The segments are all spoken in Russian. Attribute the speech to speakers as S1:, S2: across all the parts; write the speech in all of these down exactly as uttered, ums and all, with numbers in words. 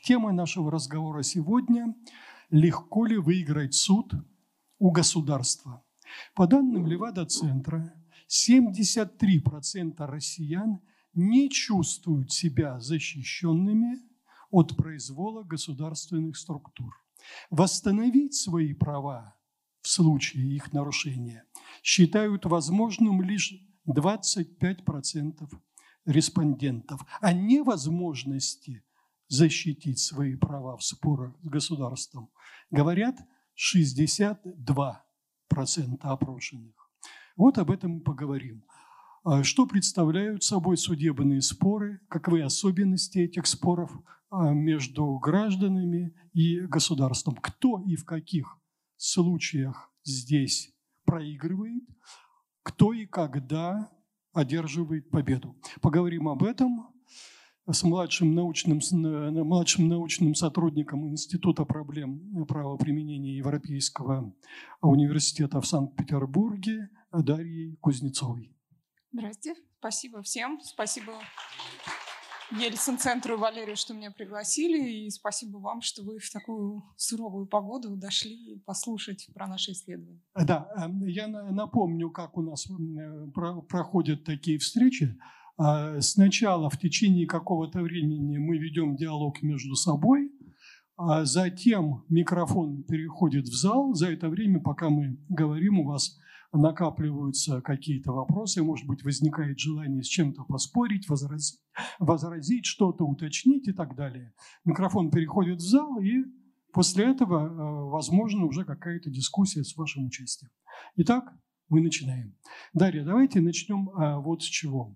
S1: Тема нашего разговора сегодня – легко ли выиграть суд у государства? По данным Левада-центра, семьдесят три процента россиян не чувствуют себя защищенными от произвола государственных структур. Восстановить свои права в случае их нарушения считают возможным лишь двадцать пять процентов респондентов. О невозможности защитить свои права в спорах с государством говорят шестьдесят два процента опрошенных. Вот об этом мы поговорим. Что представляют собой судебные споры, каковы особенности этих споров между гражданами и государством, кто и в каких случаях здесь проигрывает, кто и когда одерживает победу. Поговорим об этом с младшим научным, младшим научным сотрудником Института проблем правоприменения Европейского университета в Санкт-Петербурге Дарьей Кузнецовой.
S2: Здравствуйте, спасибо всем, спасибо Ельцин-центру и Валерию, что меня пригласили, и спасибо вам, что вы в такую суровую погоду дошли послушать про наши исследования.
S1: Да, я напомню, как у нас проходят такие встречи. Сначала в течение какого-то времени мы ведем диалог между собой, а затем микрофон переходит в зал. За это время, пока мы говорим, у вас накапливаются какие-то вопросы, может быть, возникает желание с чем-то поспорить, возразить, возразить что-то, уточнить и так далее. Микрофон переходит в зал, и после этого, возможно, уже какая-то дискуссия с вашим участием. Итак, мы начинаем. Дарья, давайте начнем вот с чего.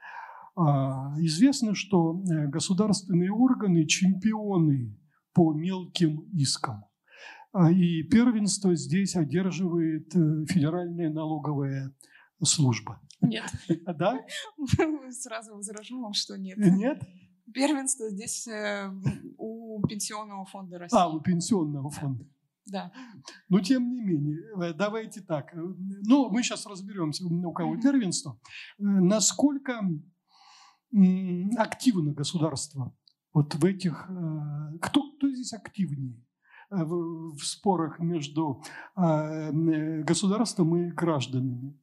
S1: Известно, что государственные органы – чемпионы по мелким искам. И первенство здесь одерживает Федеральная налоговая служба.
S2: Нет.
S1: Да?
S2: Сразу возражу вам, что нет.
S1: Нет?
S2: Первенство здесь у Пенсионного фонда России.
S1: А, у Пенсионного фонда.
S2: Да.
S1: Но тем не менее, давайте так. Ну, мы сейчас разберемся, у кого первенство. Насколько активно государство вот в этих... Кто, кто здесь активнее в, в спорах между государством и гражданами?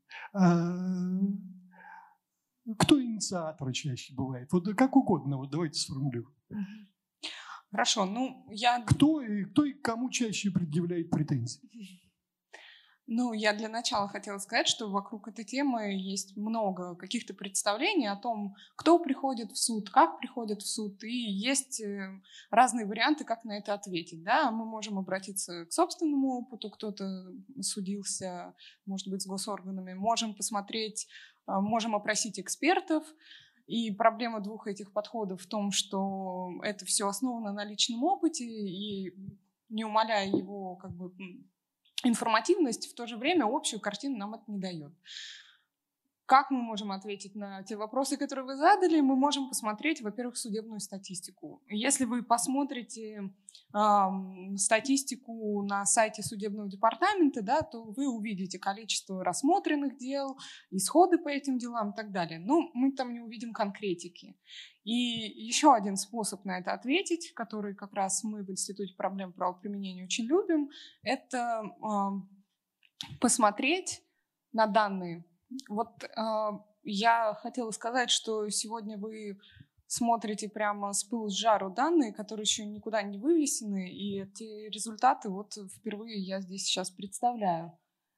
S1: Кто инициатор чаще бывает? Вот как угодно, вот давайте сформулируем.
S2: Хорошо, ну я...
S1: Кто, кто и кому чаще предъявляет претензии?
S2: Ну, я для начала хотела сказать, что вокруг этой темы есть много каких-то представлений о том, кто приходит в суд, как приходит в суд, и есть разные варианты, как на это ответить. Да? Мы можем обратиться к собственному опыту, кто-то судился, может быть, с госорганами, можем посмотреть, можем опросить экспертов. И проблема двух этих подходов в том, что это все основано на личном опыте, и не умаляя его как бы информативность, в то же время общую картину нам это не дает. Как мы можем ответить на те вопросы, которые вы задали? Мы можем посмотреть, во-первых, судебную статистику. Если вы посмотрите э, статистику на сайте судебного департамента, да, то вы увидите количество рассмотренных дел, исходы по этим делам и так далее. Но мы там не увидим конкретики. И еще один способ на это ответить, который как раз мы в Институте проблем правоприменения очень любим, это э, посмотреть на данные. Вот э, я хотела сказать, что сегодня вы смотрите прямо с пылу с жару данные, которые еще никуда не вывесены, и эти результаты вот впервые я здесь сейчас представляю.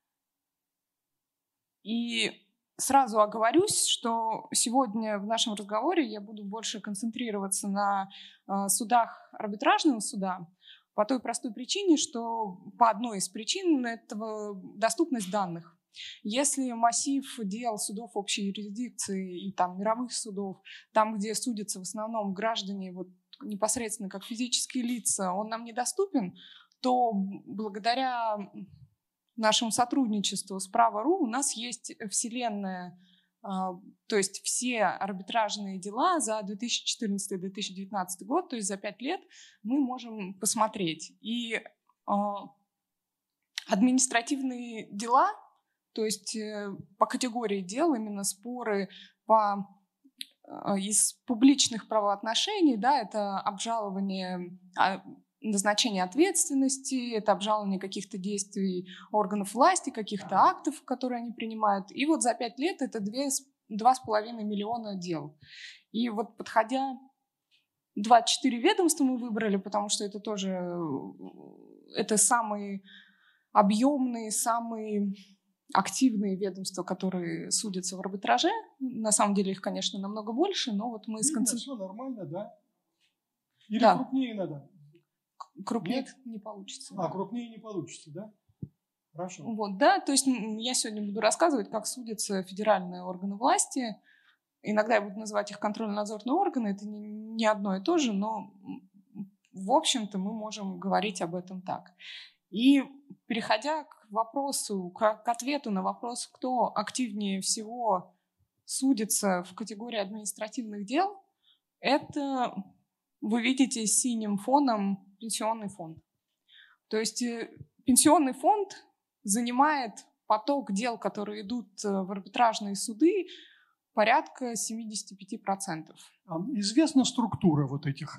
S2: И сразу оговорюсь, что сегодня в нашем разговоре я буду больше концентрироваться на э, судах арбитражного суда, по той простой причине, что по одной из причин этого доступность данных. Если массив дел судов общей юрисдикции и там мировых судов, там, где судятся в основном граждане вот, непосредственно как физические лица, он нам недоступен, то благодаря нашему сотрудничеству с Право.ру у нас есть вселенная, то есть все арбитражные дела за две тысячи четырнадцатый — две тысячи девятнадцатый год, то есть за пять лет мы можем посмотреть. И административные дела, то есть по категории дел, именно споры по из публичных правоотношений, да, это обжалование, назначение ответственности, это обжалование каких-то действий органов власти, каких-то актов, которые они принимают. И вот за пять лет это два с половиной миллиона дел. И вот подходя... двадцать четыре ведомства мы выбрали, потому что это тоже это самые объемные, самые активные ведомства, которые судятся в арбитраже. На самом деле их, конечно, намного больше, но вот мы сконцентрировались.
S1: Все нормально, да? Или
S2: да.
S1: крупнее надо?
S2: Крупнее
S1: Нет?
S2: не получится.
S1: А, крупнее не получится, да? Хорошо.
S2: Вот, да, то есть я сегодня буду рассказывать, как судятся федеральные органы власти. Иногда я буду называть их контрольно-надзорные органы, это не одно и то же, но, в общем-то, мы можем говорить об этом так. И переходя к вопросу, к ответу на вопрос, кто активнее всего судится в категории административных дел, это вы видите синим фоном пенсионный фонд. То есть пенсионный фонд занимает поток дел, которые идут в арбитражные суды, порядка семьдесят пять процентов.
S1: Известна структура вот этих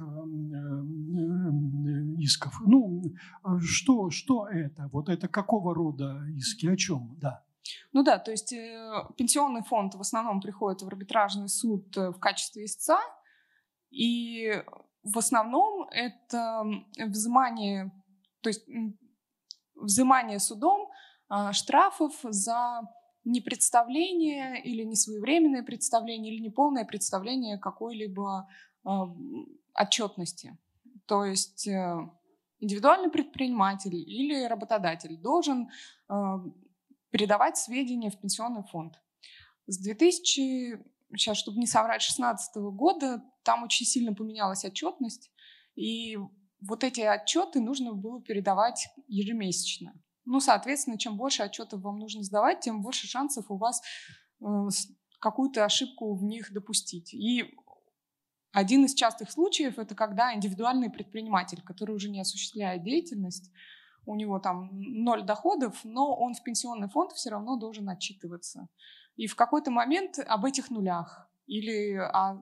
S1: исков? Ну, что, что это? Вот это какого рода иски? О чем? Да.
S2: Ну да, то есть пенсионный фонд в основном приходит в арбитражный суд в качестве истца, и в основном это взимание, то есть взимание судом штрафов за непредставление или несвоевременное представление или неполное представление какой-либо э, отчетности. То есть э, индивидуальный предприниматель или работодатель должен э, передавать сведения в пенсионный фонд. С две тысячи, сейчас, чтобы не соврать, шестнадцатого года там очень сильно поменялась отчетность, и вот эти отчеты нужно было передавать ежемесячно. Ну, соответственно, чем больше отчетов вам нужно сдавать, тем больше шансов у вас э, какую-то ошибку в них допустить. И один из частых случаев – это когда индивидуальный предприниматель, который уже не осуществляет деятельность, у него там ноль доходов, но он в пенсионный фонд все равно должен отчитываться. И в какой-то момент об этих нулях или о,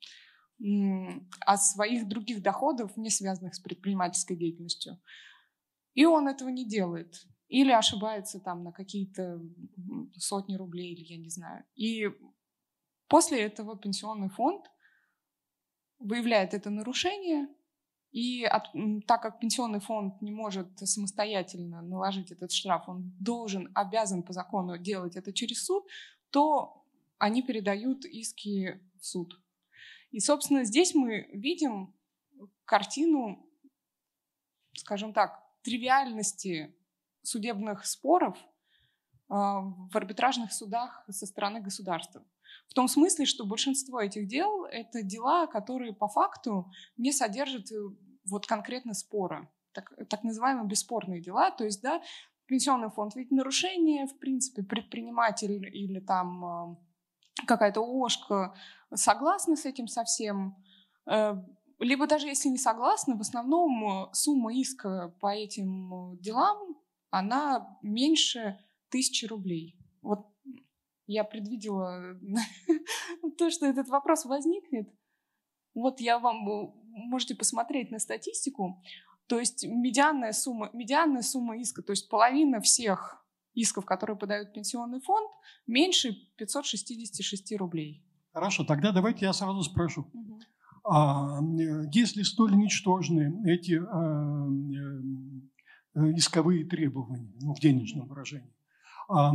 S2: о своих других доходах, не связанных с предпринимательской деятельностью. И он этого не делает. Или ошибается там на какие-то сотни рублей, или я не знаю. И после этого пенсионный фонд выявляет это нарушение, и от, так как пенсионный фонд не может самостоятельно наложить этот штраф, он должен, обязан по закону делать это через суд, то они передают иски в суд. И, собственно, здесь мы видим картину, скажем так, тривиальности судебных споров э, в арбитражных судах со стороны государства. В том смысле, что большинство этих дел – это дела, которые по факту не содержат вот конкретно спора, так, так называемые бесспорные дела. То есть, да, пенсионный фонд видит нарушение, в принципе, предприниматель или там э, какая-то ООшка согласны с этим совсем. Э, Либо даже если не согласны, в основном сумма иска по этим делам, она меньше тысячи рублей. Вот я предвидела то, что этот вопрос возникнет. Вот я вам, можете посмотреть на статистику. То есть медианная сумма, медианная сумма иска, то есть половина всех исков, которые подают в пенсионный фонд, меньше пятьсот шестьдесят шесть рублей.
S1: Хорошо, тогда давайте я сразу спрошу.
S2: Угу.
S1: А если столь ничтожны эти э, исковые требования, ну, в денежном выражении, а,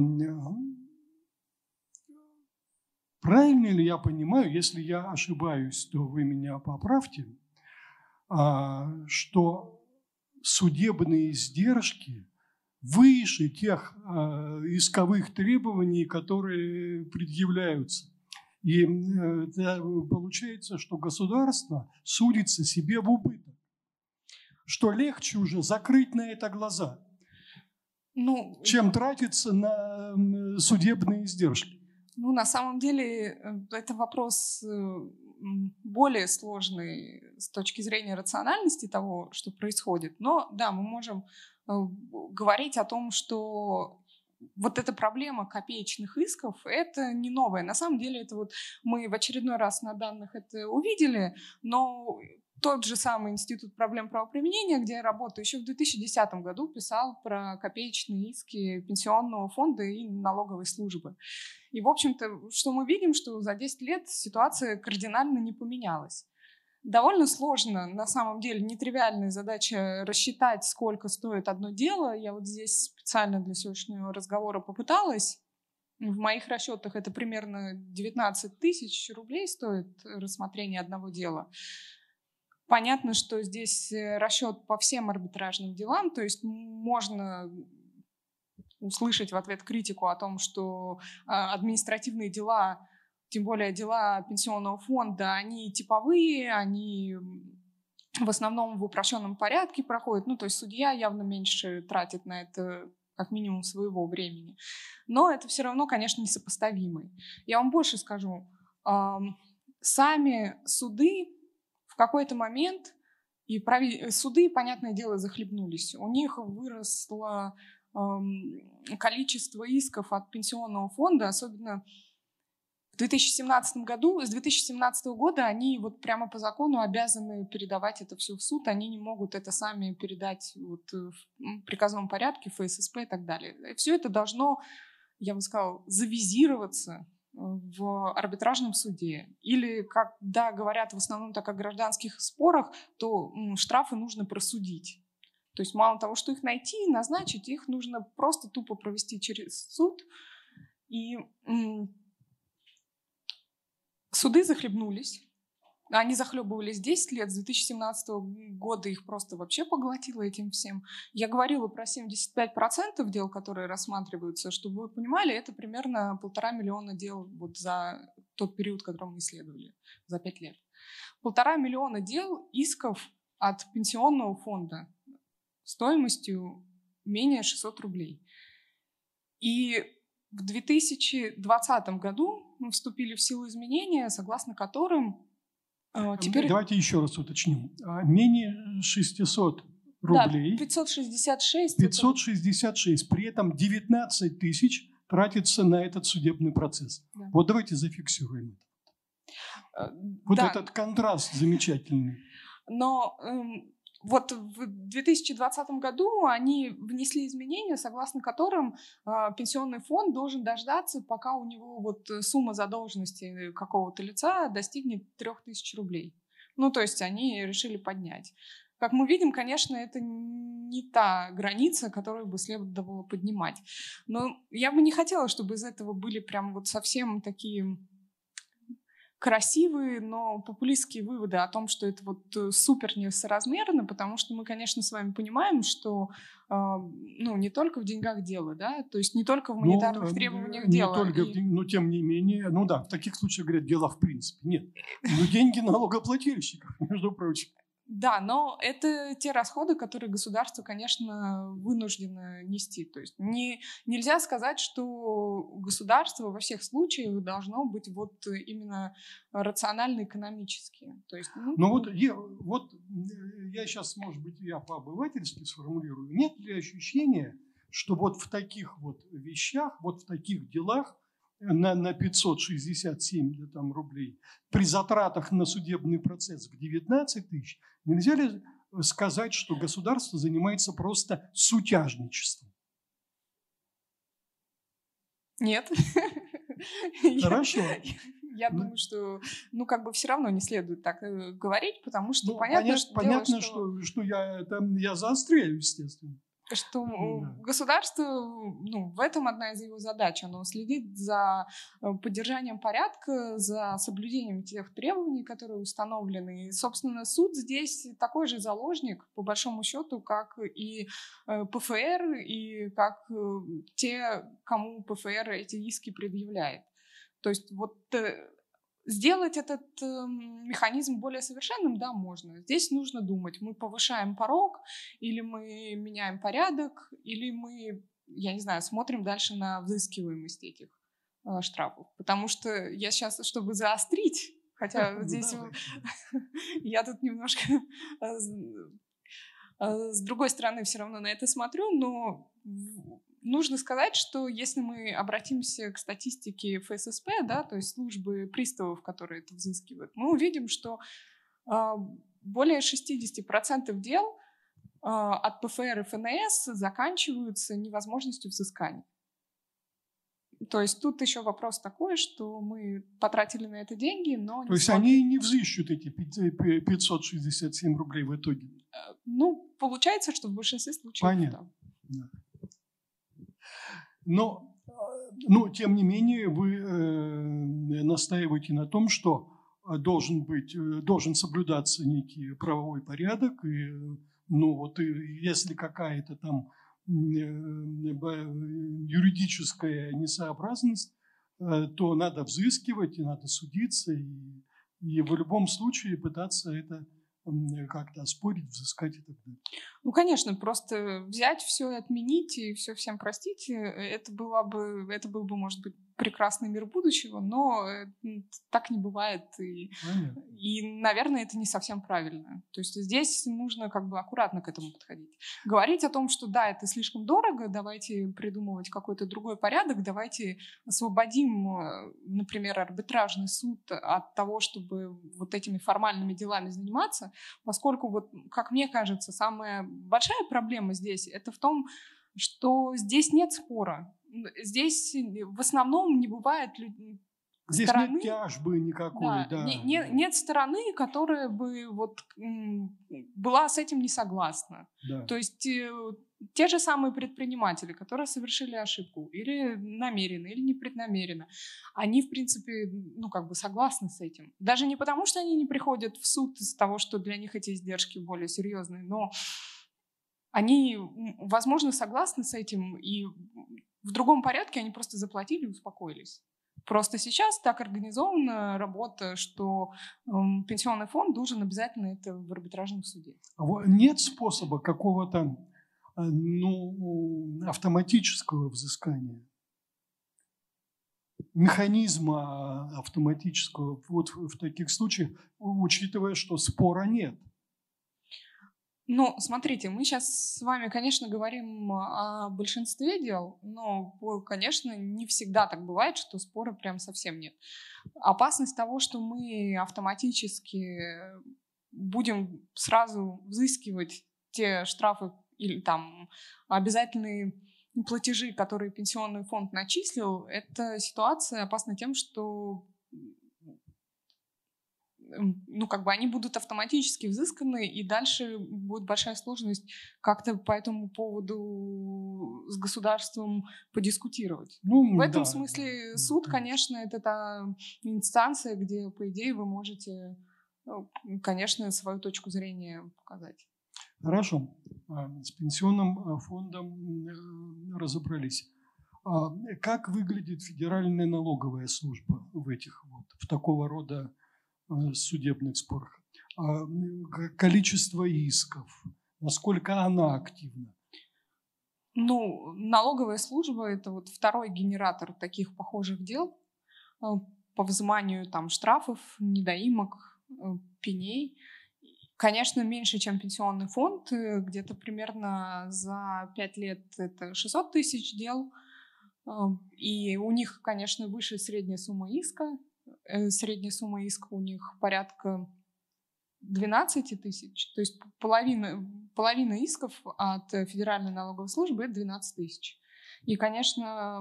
S1: правильно ли я понимаю, если я ошибаюсь, то вы меня поправьте, а, что судебные издержки выше тех а, исковых требований, которые предъявляются? И э, получается, что государство судится себе в убыток, что легче уже закрыть на это глаза, ну, чем тратиться на судебные издержки.
S2: Ну, на самом деле, это вопрос более сложный с точки зрения рациональности того, что происходит. Но да, мы можем говорить о том, что вот эта проблема копеечных исков, это не новая. На самом деле, это вот мы в очередной раз на данных это увидели, но тот же самый Институт проблем правоприменения, где я работаю, еще в две тысячи десятом году писал про копеечные иски пенсионного фонда и налоговой службы. И, в общем-то, что мы видим, что за десять лет ситуация кардинально не поменялась. Довольно сложно, на самом деле, нетривиальная задача рассчитать, сколько стоит одно дело. Я вот здесь специально для сегодняшнего разговора попыталась. В моих расчетах это примерно девятнадцать тысяч рублей стоит рассмотрение одного дела. Понятно, что здесь расчет по всем арбитражным делам, то есть можно услышать в ответ критику о том, что административные дела, тем более дела пенсионного фонда, они типовые, они в основном в упрощенном порядке проходят, ну то есть судья явно меньше тратит на это как минимум своего времени. Но это все равно, конечно, несопоставимые. Я вам больше скажу. Сами суды в какой-то момент, и прави... суды, понятное дело, захлебнулись. У них выросло эм, количество исков от пенсионного фонда, особенно в две тысячи семнадцатом году. С две тысячи семнадцатого года они вот прямо по закону обязаны передавать это все в суд. Они не могут это сами передать вот в приказном порядке, эф эс эс пэ и так далее. И все это должно, я бы сказала, завизироваться в арбитражном суде. Или, когда говорят в основном так о гражданских спорах, то м, штрафы нужно просудить. То есть мало того, что их найти и назначить, их нужно просто тупо провести через суд. И м, суды захлебнулись. Они захлебывались десять лет, с две тысячи семнадцатого года их просто вообще поглотило этим всем. Я говорила про семьдесят пять процентов дел, которые рассматриваются. Чтобы вы понимали, это примерно полтора миллиона дел вот за тот период, который мы исследовали, за пять лет. Полтора миллиона дел, исков от пенсионного фонда стоимостью менее шестьсот рублей. И в две тысячи двадцатом году вступили в силу изменения, согласно которым теперь...
S1: Давайте еще раз уточним. Менее шестисот рублей.
S2: Да, пятьсот шестьдесят шесть.
S1: пятьсот шестьдесят шесть. При этом девятнадцать тысяч тратится на этот судебный процесс. Да. Вот давайте зафиксируем это. Вот да. Этот контраст замечательный.
S2: Но... Эм... Вот в две тысячи двадцатом году они внесли изменения, согласно которым э, пенсионный фонд должен дождаться, пока у него вот сумма задолженности какого-то лица достигнет трех тысяч рублей. Ну, то есть они решили поднять. Как мы видим, конечно, это не та граница, которую бы следовало поднимать. Но я бы не хотела, чтобы из этого были прям вот совсем такие... красивые, но популистские выводы о том, что это вот супер несоразмерно, потому что мы, конечно, с вами понимаем, что э, ну, не только в деньгах дело, да, то есть не только в монетарных ну, требованиях
S1: не
S2: дело.
S1: Только
S2: и...
S1: в день... Но тем не менее, ну да, в таких случаях говорят, дела в принципе. Нет, но деньги налогоплательщиков, между прочим.
S2: Да, но это те расходы, которые государство, конечно, вынуждено нести. То есть не, нельзя сказать, что государство во всех случаях должно быть вот именно рационально-экономически. То есть, ну,
S1: ну вот я, вот я сейчас, может быть, я по-обывательски сформулирую. Нет ли ощущения, что вот в таких вот вещах, вот в таких делах, На, на пятьсот шестьдесят семь да, там, рублей, при затратах на судебный процесс в девятнадцать тысяч, нельзя ли сказать, что государство занимается просто сутяжничеством?
S2: Нет.
S1: Хорошо.
S2: Я думаю, что, ну, как бы все равно не следует так говорить, потому что
S1: ну,
S2: понятно,
S1: понятно,
S2: что,
S1: понятно
S2: дело,
S1: что, что, что я, там, я заостряю, естественно.
S2: Что да. Государство, ну, в этом одна из его задач, оно следит за поддержанием порядка, за соблюдением тех требований, которые установлены. И, собственно, суд здесь такой же заложник, по большому счету, как и пэ эф эр, и как те, кому пэ эф эр эти иски предъявляет. То есть вот сделать этот э, механизм более совершенным, да, можно. Здесь нужно думать, мы повышаем порог, или мы меняем порядок, или мы, я не знаю, смотрим дальше на взыскиваемость этих э, штрафов. Потому что я сейчас, чтобы заострить, хотя здесь я тут немножко с другой стороны все равно на это смотрю, но нужно сказать, что если мы обратимся к статистике эф эс эс пэ, да, то есть службы приставов, которые это взыскивают, мы увидим, что э, более шестьдесят процентов дел э, от пэ эф эр и эф эн эс заканчиваются невозможностью взыскания. То есть тут еще вопрос такой, что мы потратили на это деньги, но...
S1: То есть смогли... они не взыщут эти пятьсот шестьдесят семь рублей в итоге?
S2: Ну, получается, что в большинстве случаев...
S1: Понятно. Да. Но, но, тем не менее, вы э, настаиваете на том, что должен быть, должен соблюдаться некий правовой порядок, и, ну, вот, и, если какая-то там юридическая несообразность, то надо взыскивать, и надо судиться, и, и в любом случае пытаться это как-то оспорить, взыскать и так далее.
S2: Ну, конечно, просто взять все и отменить, и все всем простить, это, было бы, это был бы, может быть, прекрасный мир будущего, но так не бывает, и, и, наверное, это не совсем правильно. То есть здесь нужно как бы аккуратно к этому подходить. Говорить о том, что да, это слишком дорого, давайте придумывать какой-то другой порядок, давайте освободим, например, арбитражный суд от того, чтобы вот этими формальными делами заниматься, поскольку, вот, как мне кажется, самая большая проблема здесь это в том, что здесь нет спора. Здесь в основном не бывает
S1: здесь
S2: стороны...
S1: нет тяжбы никакой.
S2: Да,
S1: да.
S2: Не, не, нет стороны, которая бы вот, была с этим не согласна.
S1: Да.
S2: То есть те же самые предприниматели, которые совершили ошибку, или намеренно, или непреднамеренно, они, в принципе, ну, как бы согласны с этим. Даже не потому, что они не приходят в суд из-за того, что для них эти издержки более серьезные, но они, возможно, согласны с этим, и в другом порядке они просто заплатили и успокоились. Просто сейчас так организована работа, что э, пенсионный фонд должен обязательно это в арбитражном суде.
S1: Нет способа какого-то ну, автоматического взыскания, механизма автоматического вот в таких случаях, учитывая, что спора нет.
S2: Ну, смотрите, мы сейчас с вами, конечно, говорим о большинстве дел, но, конечно, не всегда так бывает, что спора прям совсем нет. Опасность того, что мы автоматически будем сразу взыскивать те штрафы или там обязательные платежи, которые пенсионный фонд начислил, эта ситуация опасна тем, что ну, как бы они будут автоматически взысканы, и дальше будет большая сложность как-то по этому поводу с государством подискутировать. Ну, в этом да, смысле да, суд, да, конечно, это та инстанция, где, по идее, вы можете, конечно, свою точку зрения показать.
S1: Хорошо. С пенсионным фондом разобрались. Как выглядит федеральная налоговая служба в этих вот, в такого рода судебных спорах? Количество исков, насколько она активна?
S2: Ну, налоговая служба – это вот второй генератор таких похожих дел по взиманию там штрафов, недоимок, пеней. Конечно, меньше, чем пенсионный фонд, где-то примерно за пять лет это шестьсот тысяч дел, и у них, конечно, выше средняя сумма иска. Средняя сумма иска у них порядка двенадцать тысяч, то есть половина, половина исков от Федеральной налоговой службы – это двенадцать тысяч. И, конечно,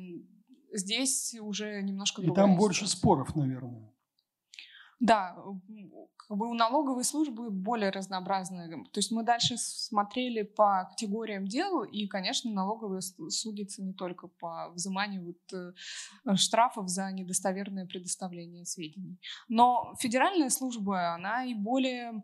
S2: здесь уже немножко другая
S1: И там больше
S2: ситуация.
S1: споров, наверное.
S2: Да, как бы у налоговой службы более разнообразные. То есть мы дальше смотрели по категориям дел, и, конечно, налоговая судится не только по взиманию вот штрафов за недостоверное предоставление сведений. Но федеральная служба, она и более...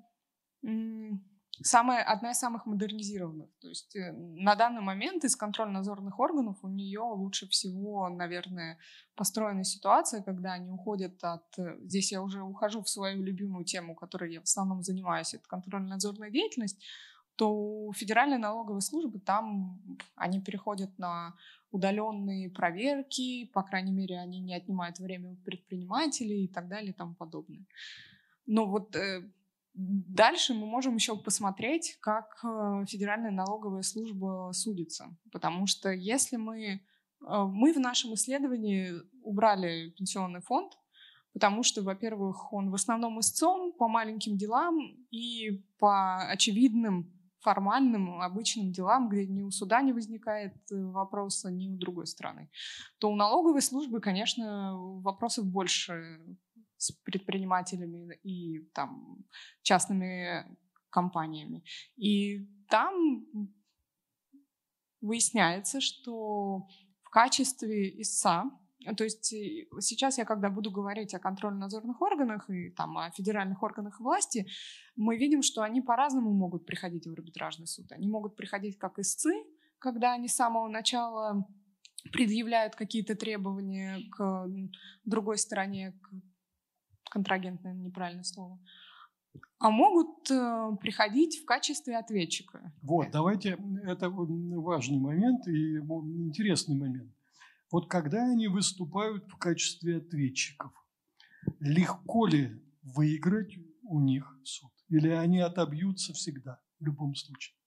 S2: Самая, одна из самых модернизированных. То есть на данный момент из контрольно-надзорных органов у нее лучше всего, наверное, построена ситуация, когда они уходят от... Здесь я уже ухожу в свою любимую тему, которой я в основном занимаюсь, это контрольно-надзорная деятельность, то у Федеральной налоговой службы там они переходят на удаленные проверки, по крайней мере, они не отнимают время у предпринимателей и так далее и тому подобное. Но вот... Дальше мы можем еще посмотреть, как Федеральная налоговая служба судится. Потому что если мы... Мы в нашем исследовании убрали пенсионный фонд, потому что, во-первых, он в основном истцом по маленьким делам и по очевидным, формальным, обычным делам, где ни у суда не возникает вопроса, ни у другой стороны. То у налоговой службы, конечно, вопросов больше с предпринимателями и там, частными компаниями. И там выясняется, что в качестве истца, то есть сейчас я, когда буду говорить о контрольно-надзорных органах и там, о федеральных органах власти, мы видим, что они по-разному могут приходить в арбитражный суд. Они могут приходить как истцы, когда они с самого начала предъявляют какие-то требования к другой стороне, к контрагентное неправильное слово, а могут э, приходить в качестве ответчика.
S1: Вот, давайте, это важный момент и интересный момент. Вот когда они выступают в качестве ответчиков, легко ли выиграть у них суд? Или они отобьются всегда, в любом случае?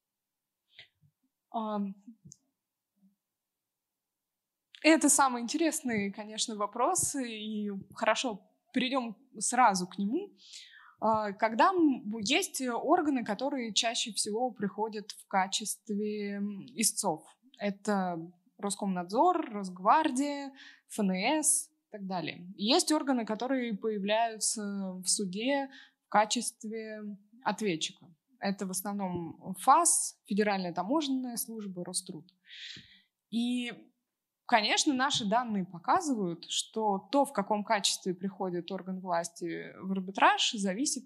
S2: Это самый интересный, конечно, вопрос, и хорошо, перейдем сразу к нему. Когда есть органы, которые чаще всего приходят в качестве истцов. Это Роскомнадзор, Росгвардия, эф эн эс и так далее. Есть органы, которые появляются в суде в качестве ответчика. Это в основном ФАС, Федеральная таможенная служба, Роструд. И, конечно, наши данные показывают, что то, в каком качестве приходит орган власти в арбитраж, зависит,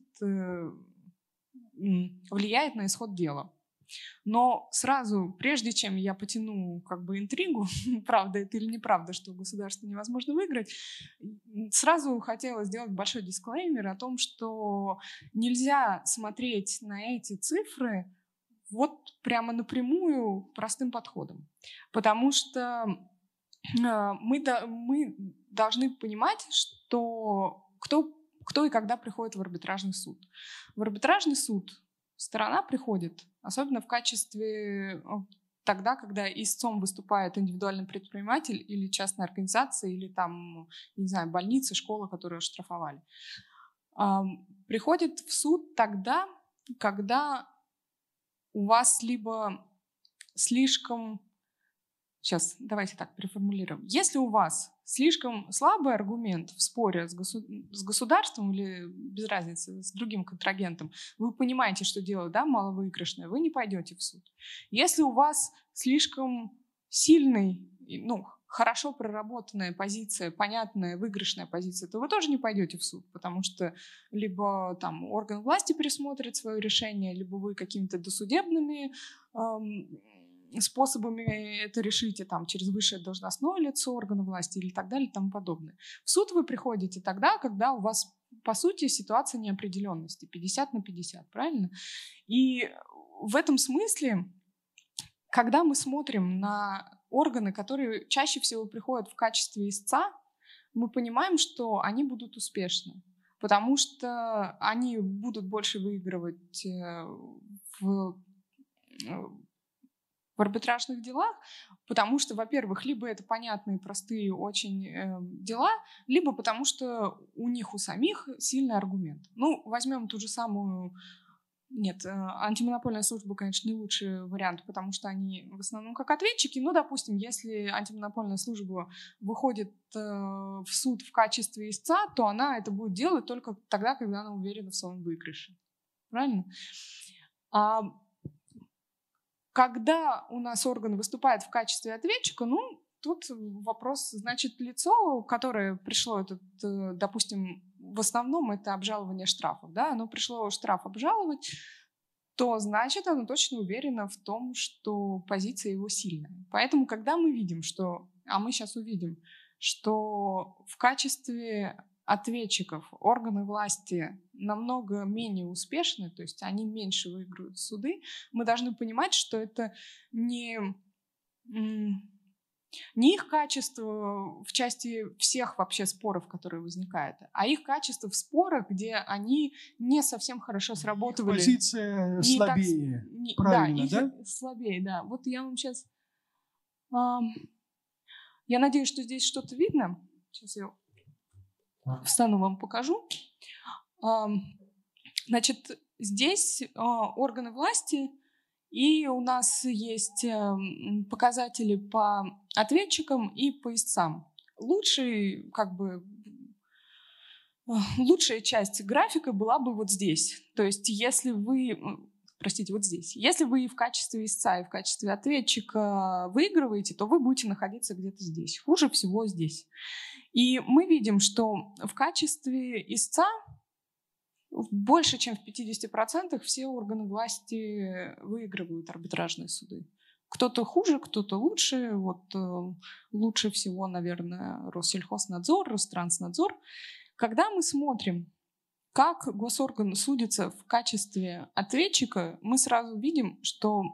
S2: влияет на исход дела. Но сразу, прежде чем я потяну как бы интригу, правда это или неправда, что государство невозможно выиграть, сразу хотела сделать большой дисклеймер о том, что нельзя смотреть на эти цифры вот прямо напрямую простым подходом. Потому что мы, мы должны понимать, что кто, кто и когда приходит в арбитражный суд. В арбитражный суд сторона приходит, особенно в качестве тогда, когда истцом выступает индивидуальный предприниматель или частная организация, или там, не знаю, больница, школа, которую оштрафовали. Приходит в суд тогда, когда у вас либо слишком... Сейчас, давайте так переформулируем. Если у вас слишком слабый аргумент в споре с, госу... с государством или, без разницы, с другим контрагентом, вы понимаете, что дело, да, маловыигрышное, вы не пойдете в суд. Если у вас слишком сильный, ну, хорошо проработанная позиция, понятная, выигрышная позиция, то вы тоже не пойдете в суд, потому что либо там орган власти пересмотрит свое решение, либо вы какими-то досудебными эм, способами это решите, там, через высшее должностное лицо органа власти или так далее и тому подобное. В суд вы приходите тогда, когда у вас, по сути, ситуация неопределенности, пятьдесят на пятьдесят, правильно? И в этом смысле, когда мы смотрим на органы, которые чаще всего приходят в качестве истца, мы понимаем, что они будут успешны, потому что они будут больше выигрывать в в арбитражных делах, потому что, во-первых, либо это понятные, простые очень э, дела, либо потому что у них у самих сильный аргумент. Ну, возьмем ту же самую... Нет, э, антимонопольная служба, конечно, не лучший вариант, потому что они в основном как ответчики. Но, допустим, если антимонопольная служба выходит э, в суд в качестве истца, то она это будет делать только тогда, когда она уверена в своем выигрыше. Правильно? А когда у нас орган выступает в качестве ответчика, ну, тут вопрос, значит, лицо, которое пришло, этот, допустим, в основном это обжалование штрафов, да, оно пришло штраф обжаловать, то значит, оно точно уверено в том, что позиция его сильная. Поэтому, когда мы видим, что, а мы сейчас увидим, что в качестве ответчиков органы власти намного менее успешны, то есть они меньше выигрывают суды, мы должны понимать, что это не, Не их качество в части всех вообще споров, которые возникают, а их качество в спорах, где они не совсем хорошо сработали.
S1: Позиция не слабее, так,
S2: не,
S1: правильно,
S2: да?
S1: да?
S2: Слабее, да. Вот я вам сейчас... Э, я надеюсь, что здесь что-то видно. Сейчас я встану, вам покажу. Э, значит, здесь э, органы власти... И у нас есть показатели по ответчикам и по истцам. Лучший, как бы, лучшая часть графика была бы вот здесь. То есть если вы, простите, вот здесь. Если вы в качестве истца и в качестве ответчика выигрываете, то вы будете находиться где-то здесь. Хуже всего здесь. И мы видим, что в качестве истца больше, чем в пятидесяти процентах все органы власти выигрывают арбитражные суды. Кто-то хуже, кто-то лучше. Вот э, лучше всего, наверное, Россельхознадзор, Ространснадзор. Когда мы смотрим, как госорган судится в качестве ответчика, мы сразу видим, что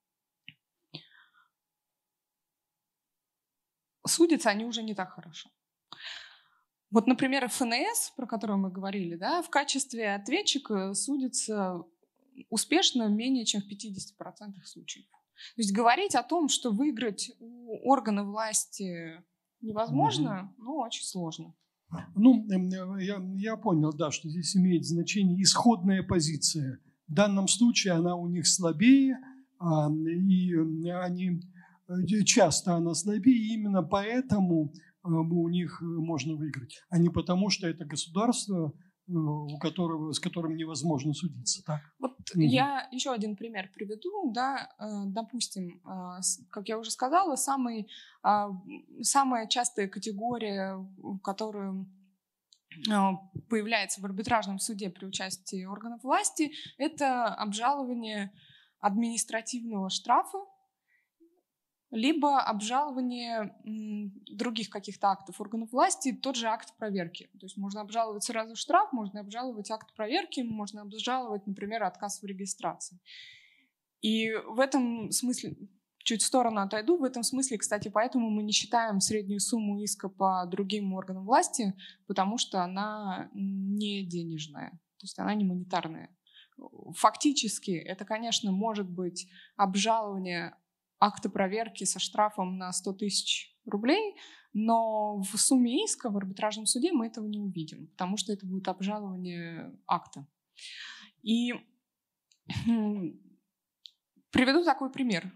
S2: судятся они уже не так хорошо. Вот, например, эф эн эс, про которую мы говорили, да, в качестве ответчика судится успешно менее чем в пятидесяти процентах случаев. То есть говорить о том, что выиграть у органа власти невозможно, mm-hmm. ну, очень сложно.
S1: Ну, я, я понял, да, что здесь имеет значение исходная позиция. В данном случае она у них слабее, и они, часто она слабее, и именно поэтому у них можно выиграть, а не потому, что это государство, у которого, с которым невозможно судиться. Так?
S2: Вот угу. Я еще один пример приведу. Да, допустим, как я уже сказала, самый, самая частая категория, которая появляется в арбитражном суде при участии органов власти, это обжалование административного штрафа, либо обжалование м, других каких-то актов органов власти, тот же акт проверки. То есть можно обжаловать сразу штраф, можно обжаловать акт проверки, можно обжаловать, например, отказ в регистрации. И в этом смысле, чуть в сторону отойду, в этом смысле, кстати, поэтому мы не считаем среднюю сумму иска по другим органам власти, потому что она не денежная, то есть она не монетарная. Фактически это, конечно, может быть обжалование акты проверки со штрафом на сто тысяч рублей, но в сумме иска в арбитражном суде мы этого не увидим, потому что это будет обжалование акта. И приведу такой пример.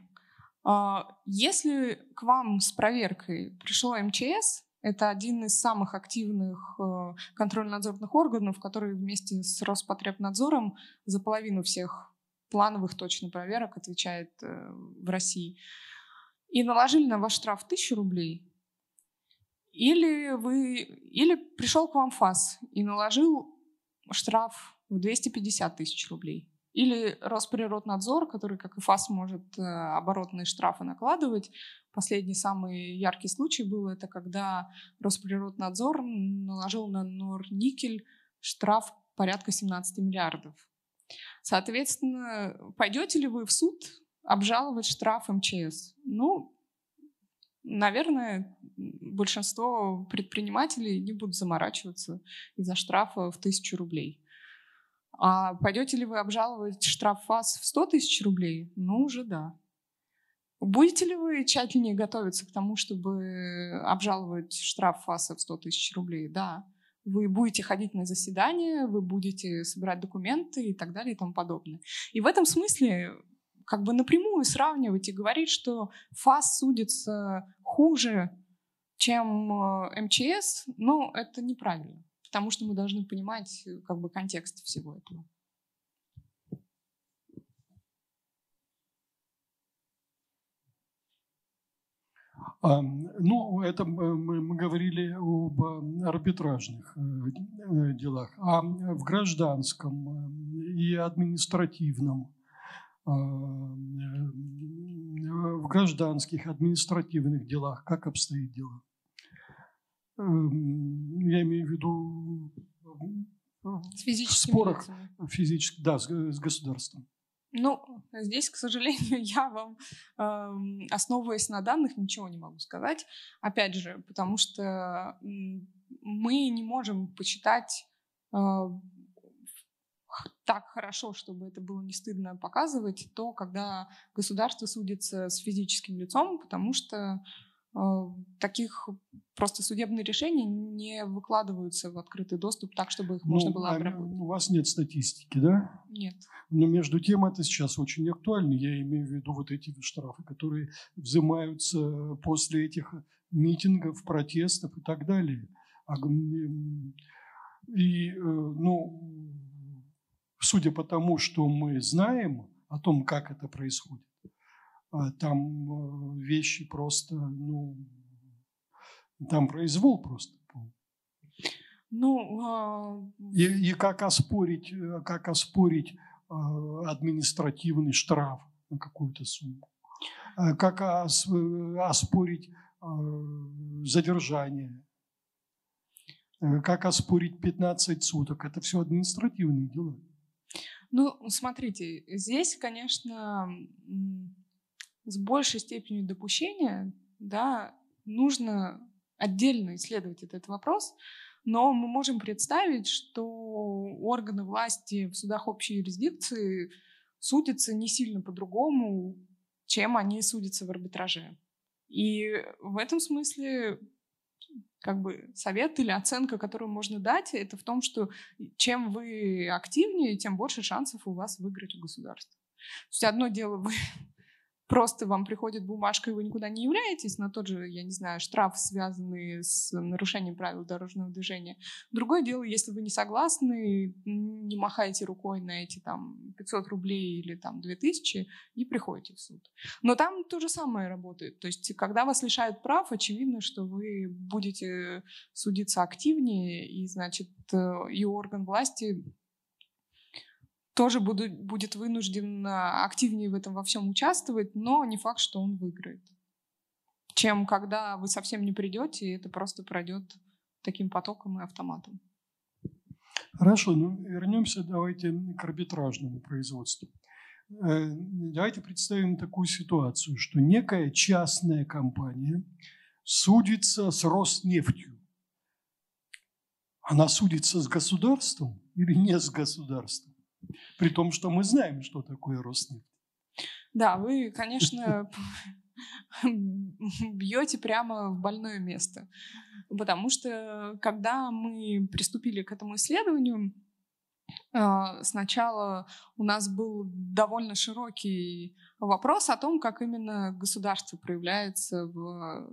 S2: Если к вам с проверкой пришло эм че эс, это один из самых активных контрольно-надзорных органов, который вместе с Роспотребнадзором за половину всех плановых точно проверок отвечает э, в России, и наложили на ваш штраф тысячу рублей, или, вы, или пришел к вам ФАС и наложил штраф в двести пятьдесят тысяч рублей, или Росприроднадзор, который, как и ФАС, может э, оборотные штрафы накладывать. Последний самый яркий случай был, это когда Росприроднадзор наложил на Норникель штраф порядка семнадцати миллиардов. Соответственно, пойдете ли вы в суд обжаловать штраф эм че эс? Ну, наверное, большинство предпринимателей не будут заморачиваться из-за штрафа в тысячу рублей. А пойдете ли вы обжаловать штраф ФАС в сто тысяч рублей? Ну, уже да. Будете ли вы тщательнее готовиться к тому, чтобы обжаловать штраф ФАСа в сто тысяч рублей? Да. Вы будете ходить на заседания, вы будете собирать документы и так далее и тому подобное. И в этом смысле как бы напрямую сравнивать и говорить, что ФАС судится хуже, чем эм че эс, ну, это неправильно, потому что мы должны понимать как бы контекст всего этого.
S1: Ну, это мы, мы говорили об арбитражных делах, а в гражданском и административном, в гражданских административных делах как обстоит дело? Я имею в виду
S2: с физическими
S1: в спорах
S2: лицами.
S1: Физически, да, с, с государством.
S2: Ну, здесь, к сожалению, я вам, э, основываясь на данных, ничего не могу сказать. Опять же, потому что мы не можем посчитать э, так хорошо, чтобы это было не стыдно показывать, то, когда государство судится с физическим лицом, потому что э, таких просто судебные решения не выкладываются в открытый доступ так, чтобы их
S1: Ну,
S2: можно было
S1: а
S2: обработать.
S1: у вас нет статистики, да?
S2: Нет.
S1: Но между тем это сейчас очень актуально. Я имею в виду вот эти штрафы, которые взимаются после этих митингов, протестов и так далее. И, ну, судя по тому, что мы знаем о том, как это происходит, там вещи просто, ну, там произвол просто.
S2: Ну,
S1: и, и как оспорить, как оспорить административный штраф на какую-то сумму, как оспорить задержание, как оспорить пятнадцать суток. Это все административные дела.
S2: Ну, смотрите, здесь, конечно, с большей степенью допущения, да, нужно отдельно исследовать этот вопрос, но мы можем представить, что органы власти в судах общей юрисдикции судятся не сильно по-другому, чем они судятся в арбитраже. И в этом смысле как бы совет или оценка, которую можно дать, это в том, что чем вы активнее, тем больше шансов у вас выиграть у государства. То есть одно дело, вы просто вам приходит бумажка, и вы никуда не являетесь, на тот же, я не знаю, штраф, связанный с нарушением правил дорожного движения. Другое дело, если вы не согласны, не махаете рукой на эти там пятьсот рублей или там две тысячи и приходите в суд. Но там то же самое работает. То есть когда вас лишают прав, очевидно, что вы будете судиться активнее, и, значит, и орган власти тоже буду, будет вынужден активнее в этом во всем участвовать, но не факт, что он выиграет. Чем когда вы совсем не придете, и это просто пройдет таким потоком и автоматом.
S1: Хорошо, ну вернемся давайте к арбитражному производству. Давайте представим такую ситуацию, что некая частная компания судится с Роснефтью. Она судится с государством или не с государством? При том, что мы знаем, что такое Роснефть.
S2: Да, вы, конечно, бьете прямо в больное место. Потому что, когда мы приступили к этому исследованию, сначала у нас был довольно широкий вопрос о том, как именно государство проявляется в,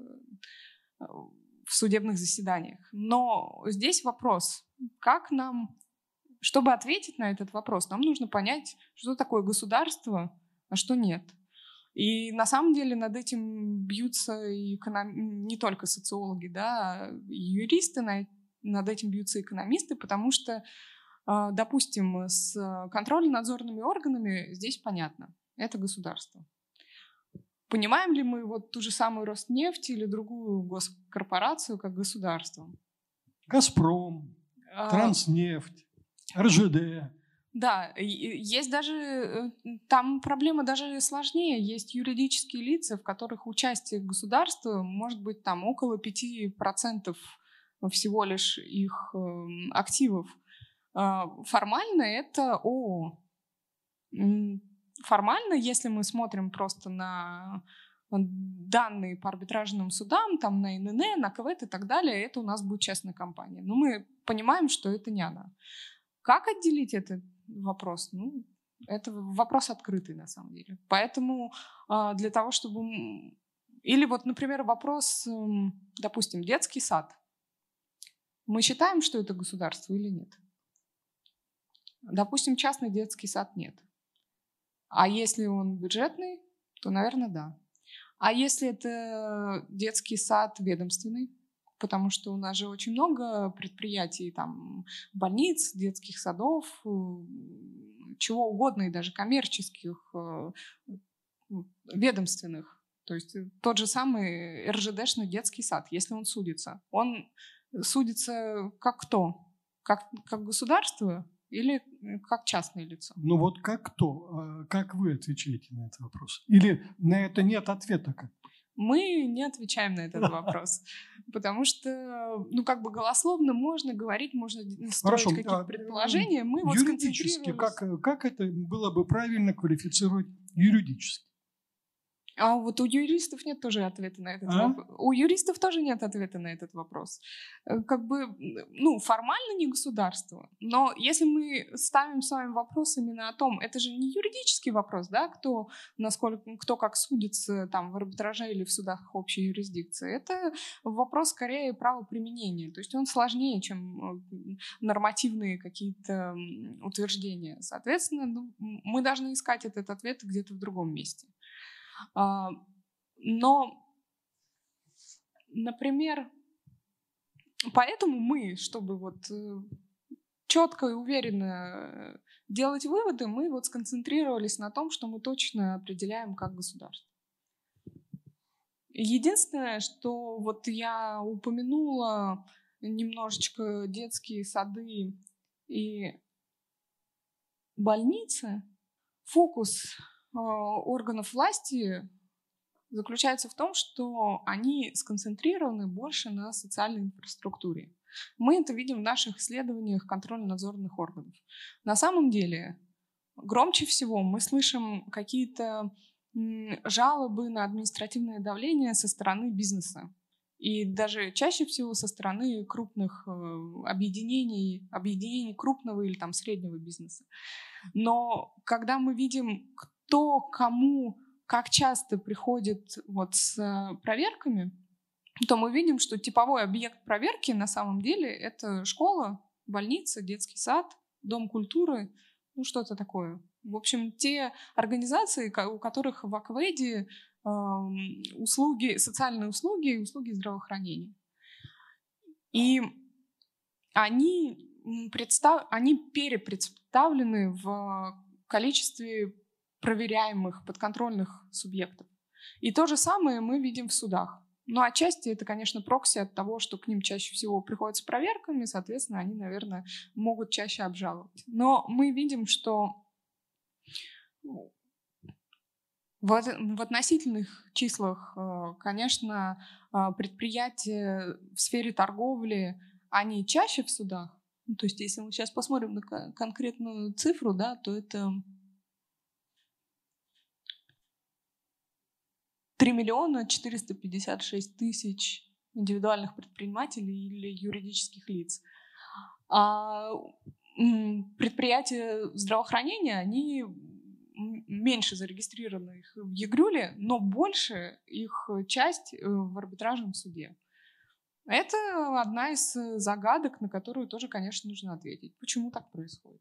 S2: в судебных заседаниях. Но здесь вопрос, как нам... Чтобы ответить на этот вопрос, нам нужно понять, что такое государство, а что нет. И на самом деле над этим бьются и эконом... не только социологи, да, и юристы, над этим бьются экономисты, потому что, допустим, с контрольно-надзорными органами здесь понятно, это государство. Понимаем ли мы вот ту же самую Роснефть или другую госкорпорацию как государство?
S1: Газпром, Транснефть. эр жэ дэ.
S2: Да, есть даже, там проблема даже сложнее. Есть юридические лица, в которых участие государства может быть там около пяти процентов всего лишь их активов. Формально это ООО. Формально, если мы смотрим просто на данные по арбитражным судам, там на эн эн э, на ка вэ тэ и так далее, это у нас будет частная компания. Но мы понимаем, что это не она. Как отделить этот вопрос? Ну, это вопрос открытый на самом деле. Поэтому для того, чтобы... Или вот, например, вопрос, допустим, детский сад. Мы считаем, что это государство или нет? Допустим, частный детский сад нет. А если он бюджетный, то, наверное, да. А если это детский сад ведомственный? Потому что у нас же очень много предприятий, там, больниц, детских садов, чего угодно, и даже коммерческих, ведомственных. То есть тот же самый эр жэ дэшный детский сад, если он судится. Он судится как кто? Как, как государство или как частное лицо?
S1: Ну вот как кто? Как вы отвечаете на этот вопрос? Или на это нет ответа? Как?
S2: Мы не отвечаем на этот вопрос, потому что, ну, как бы голословно можно говорить, можно строить какие-то предположения. Мы вот
S1: юридически, как, как это было бы правильно квалифицировать юридически?
S2: А вот у юристов нет тоже ответа на этот
S1: а?
S2: вопрос. У юристов тоже нет ответа на этот вопрос. Как бы, ну, формально не государство, но если мы ставим с вами вопрос именно о том, это же не юридический вопрос, да, кто, насколько, кто как судится там в арбитраже или в судах общей юрисдикции, это вопрос скорее правоприменения, то есть он сложнее, чем нормативные какие-то утверждения. Соответственно, ну, мы должны искать этот ответ где-то в другом месте. Но, например, поэтому мы, чтобы вот четко и уверенно делать выводы, мы вот сконцентрировались на том, что мы точно определяем как государство. Единственное, что вот я упомянула немножечко детские сады и больницы, фокус органов власти заключается в том, что они сконцентрированы больше на социальной инфраструктуре. Мы это видим в наших исследованиях контрольно-надзорных органов. На самом деле, громче всего мы слышим какие-то жалобы на административное давление со стороны бизнеса. И даже чаще всего со стороны крупных объединений, объединений крупного или там среднего бизнеса. Но когда мы видим, кто кому как часто приходит вот с проверками, то мы видим, что типовой объект проверки на самом деле это школа, больница, детский сад, дом культуры, ну что-то такое. В общем, те организации, у которых в Акведе э, услуги, социальные услуги и услуги здравоохранения. И они, представ... они перепредставлены в количестве проверяемых подконтрольных субъектов. И то же самое мы видим в судах. Но отчасти это, конечно, прокси от того, что к ним чаще всего приходят с проверками, соответственно, они, наверное, могут чаще обжаловать. Но мы видим, что в, в относительных числах, конечно, предприятия в сфере торговли, они чаще в судах. Ну, то есть, если мы сейчас посмотрим на конкретную цифру, да, то это три миллиона четыреста пятьдесят шесть тысяч индивидуальных предпринимателей или юридических лиц. А предприятия здравоохранения, они меньше зарегистрированы их в ЕГРЮЛе, но больше их часть в арбитражном суде. Это одна из загадок, на которую тоже, конечно, нужно ответить. Почему так происходит?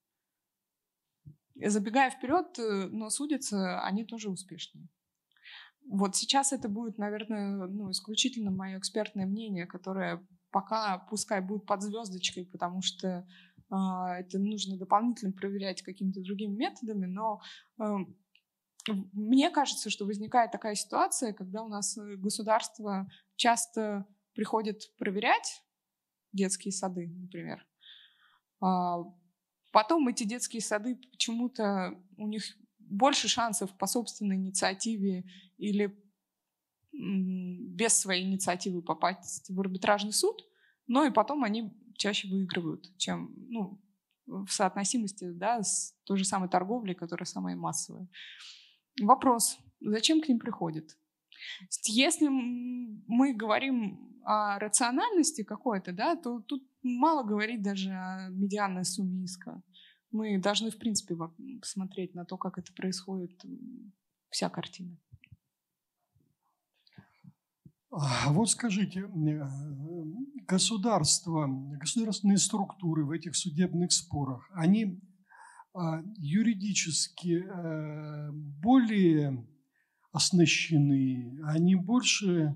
S2: Забегая вперед, но судятся они тоже успешнее. Вот сейчас это будет, наверное, ну, исключительно мое экспертное мнение, которое пока пускай будет под звездочкой, потому что э, это нужно дополнительно проверять какими-то другими методами, но э, мне кажется, что возникает такая ситуация, когда у нас государство часто приходит проверять детские сады, например. А потом эти детские сады почему-то у них больше шансов по собственной инициативе или без своей инициативы попасть в арбитражный суд, но и потом они чаще выигрывают, чем ну, в соотносимости, да, с той же самой торговлей, которая самая массовая. Вопрос, зачем к ним приходят? Если мы говорим о рациональности какой-то, да, то тут мало говорить даже о медианной сумме иска. Мы должны, в принципе, посмотреть на то, как это происходит, вся картина.
S1: Вот скажите, государство, государственные структуры в этих судебных спорах, они юридически более оснащены, они больше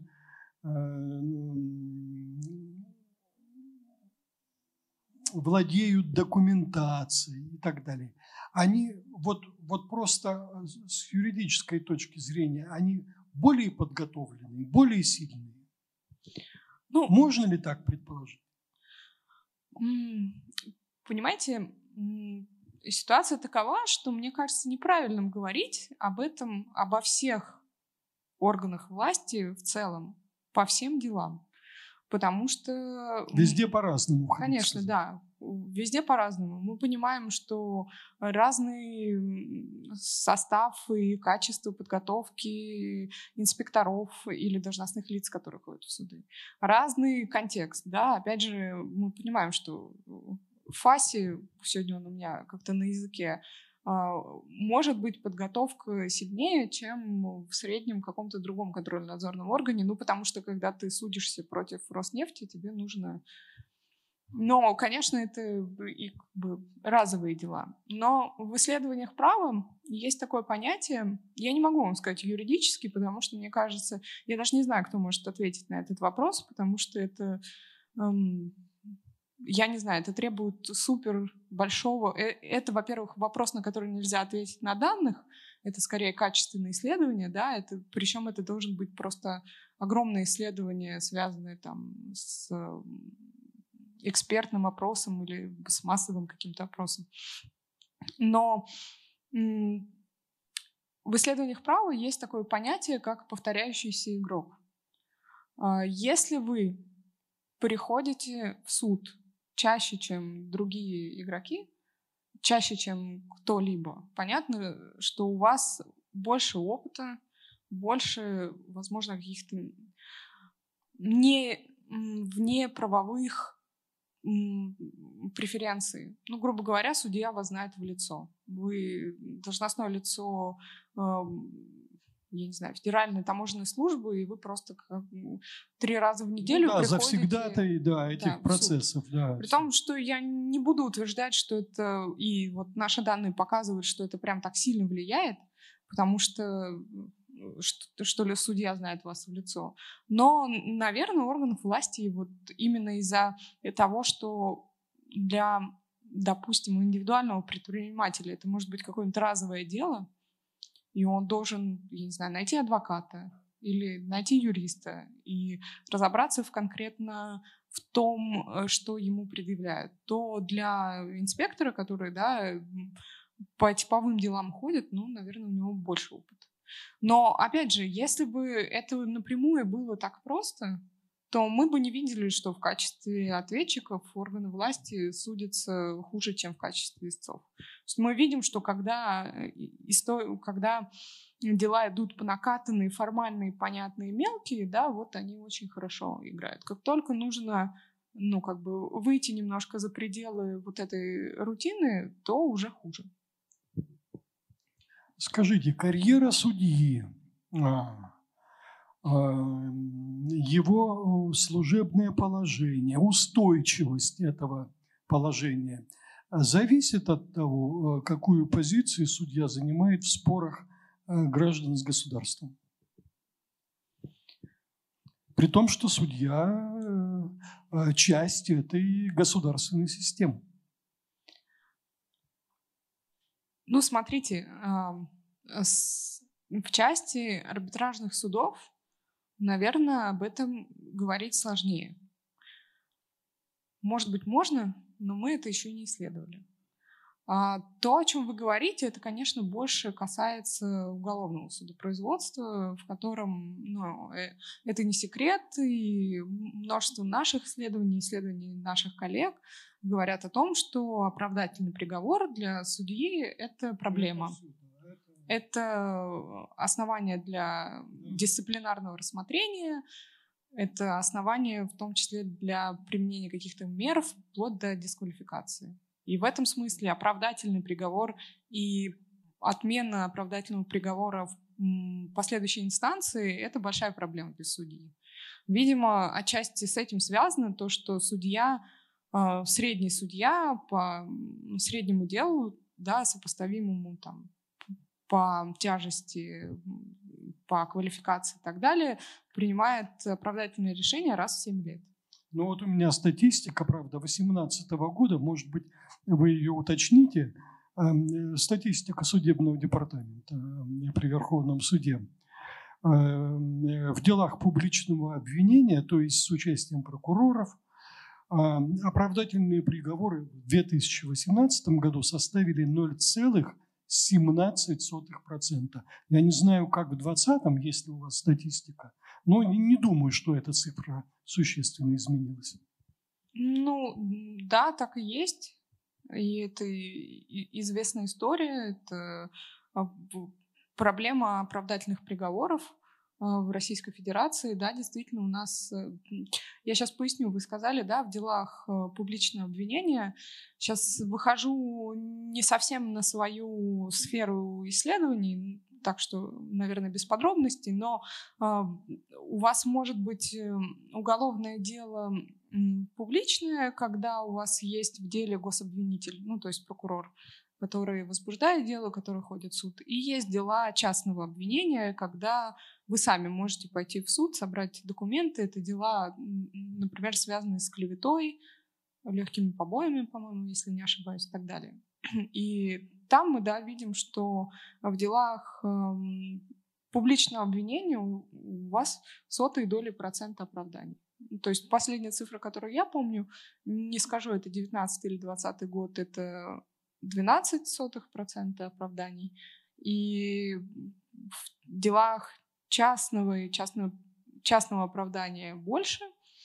S1: владеют документацией и так далее. Они вот, вот просто с юридической точки зрения, они более подготовленные, более сильные. Ну, можно ли так предположить?
S2: Понимаете, ситуация такова, что, мне кажется, неправильным говорить об этом, обо всех органах власти в целом, по всем делам. Потому что...
S1: Везде по-разному.
S2: Конечно, да. Везде по-разному. Мы понимаем, что разный состав и качество подготовки инспекторов или должностных лиц, которые ходят в суды. Разный контекст, да. Опять же, мы понимаем, что в ФАСе, сегодня он у меня как-то на языке, может быть подготовка сильнее, чем в среднем каком-то другом контрольно-надзорном органе, ну, потому что, когда ты судишься против Роснефти, тебе нужно... Но, конечно, это и как бы разовые дела. Но в исследованиях права есть такое понятие, я не могу вам сказать юридически, потому что, мне кажется, я даже не знаю, кто может ответить на этот вопрос, потому что это... Эм, Я не знаю, это требует супер большого... Это, во-первых, вопрос, на который нельзя ответить на данных. Это скорее качественное исследование, да, это, причем это должен быть просто огромное исследование, связанное там с экспертным опросом или с массовым каким-то опросом. Но в исследованиях права есть такое понятие, как повторяющийся игрок. Если вы приходите в суд чаще, чем другие игроки, чаще, чем кто-либо, понятно, что у вас больше опыта, больше, возможно, каких-то не внеправовых преференций. Ну, грубо говоря, судья вас знает в лицо. Вы должностное лицо, я не знаю, федеральной таможенной службы, и вы просто как, три раза в неделю
S1: ну, да,
S2: приходите...
S1: завсегдатай, да, этих
S2: да,
S1: процессов. Да,
S2: При том, что я не буду утверждать, что это... И вот наши данные показывают, что это прям так сильно влияет, потому что... Что, что ли, судья знает вас в лицо. Но, наверное, у органов власти вот именно из-за того, что для, допустим, индивидуального предпринимателя это может быть какое-нибудь разовое дело, и он должен, я не знаю, найти адвоката или найти юриста и разобраться в конкретно в том, что ему предъявляют, то для инспектора, который, да, по типовым делам ходит, ну, наверное, у него больше опыта. Но, опять же, если бы это напрямую было так просто, то мы бы не видели, что в качестве ответчиков органы власти судятся хуже, чем в качестве истцов. То есть мы видим, что когда, когда дела идут по накатанные, формальные, понятные, мелкие, да, вот они очень хорошо играют. Как только нужно, ну, как бы выйти немножко за пределы вот этой рутины, то уже хуже.
S1: Скажите, карьера судьи, его служебное положение, устойчивость этого положения зависит от того, какую позицию судья занимает в спорах граждан с государством? При том, что судья – часть этой государственной системы.
S2: Ну, смотрите, в части арбитражных судов, наверное, об этом говорить сложнее. Может быть, можно, но мы это еще не исследовали. А то, о чем вы говорите, это, конечно, больше касается уголовного судопроизводства, в котором, ну, это не секрет, и множество наших исследований, исследований наших коллег говорят о том, что оправдательный приговор для судьи – это проблема. Это основание для дисциплинарного рассмотрения, это основание в том числе для применения каких-то мер вплоть до дисквалификации. И в этом смысле оправдательный приговор и отмена оправдательного приговора в последующей инстанции – это большая проблема для судьи. Видимо, отчасти с этим связано то, что судья, средний судья по среднему делу, да, сопоставимому там, по тяжести, по квалификации и так далее, принимает оправдательное решение раз в семь лет.
S1: Ну вот у меня статистика, правда, две тысячи восемнадцатого года, может быть, вы ее уточните, статистика судебного департамента при Верховном суде. В делах публичного обвинения, то есть с участием прокуроров, оправдательные приговоры в две тысячи восемнадцатом году составили ноль целых семнадцать сотых процента. Я не знаю, как в двадцатом, есть ли у вас статистика, но не думаю, что эта цифра существенно изменилась.
S2: Ну, да, так и есть. И это известная история. Это проблема оправдательных приговоров в Российской Федерации. Да, действительно, у нас... Я сейчас поясню. Вы сказали, да, в делах публичного обвинения. Сейчас выхожу не совсем на свою сферу исследований, так что, наверное, без подробностей, но у вас может быть уголовное дело публичное, когда у вас есть в деле гособвинитель, ну, то есть прокурор, который возбуждает дело, который ходит в суд. И есть дела частного обвинения, когда вы сами можете пойти в суд, собрать документы. Это дела, например, связанные с клеветой, легкими побоями, по-моему, если не ошибаюсь, и так далее. И там мы, да, видим, что в делах эм, публичного обвинения у, у вас сотые доли процента оправданий. То есть последняя цифра, которую я помню, не скажу, это девятнадцатый или двадцатый год, это двенадцать сотых процента оправданий. И в делах частного и частного, частного оправдания больше,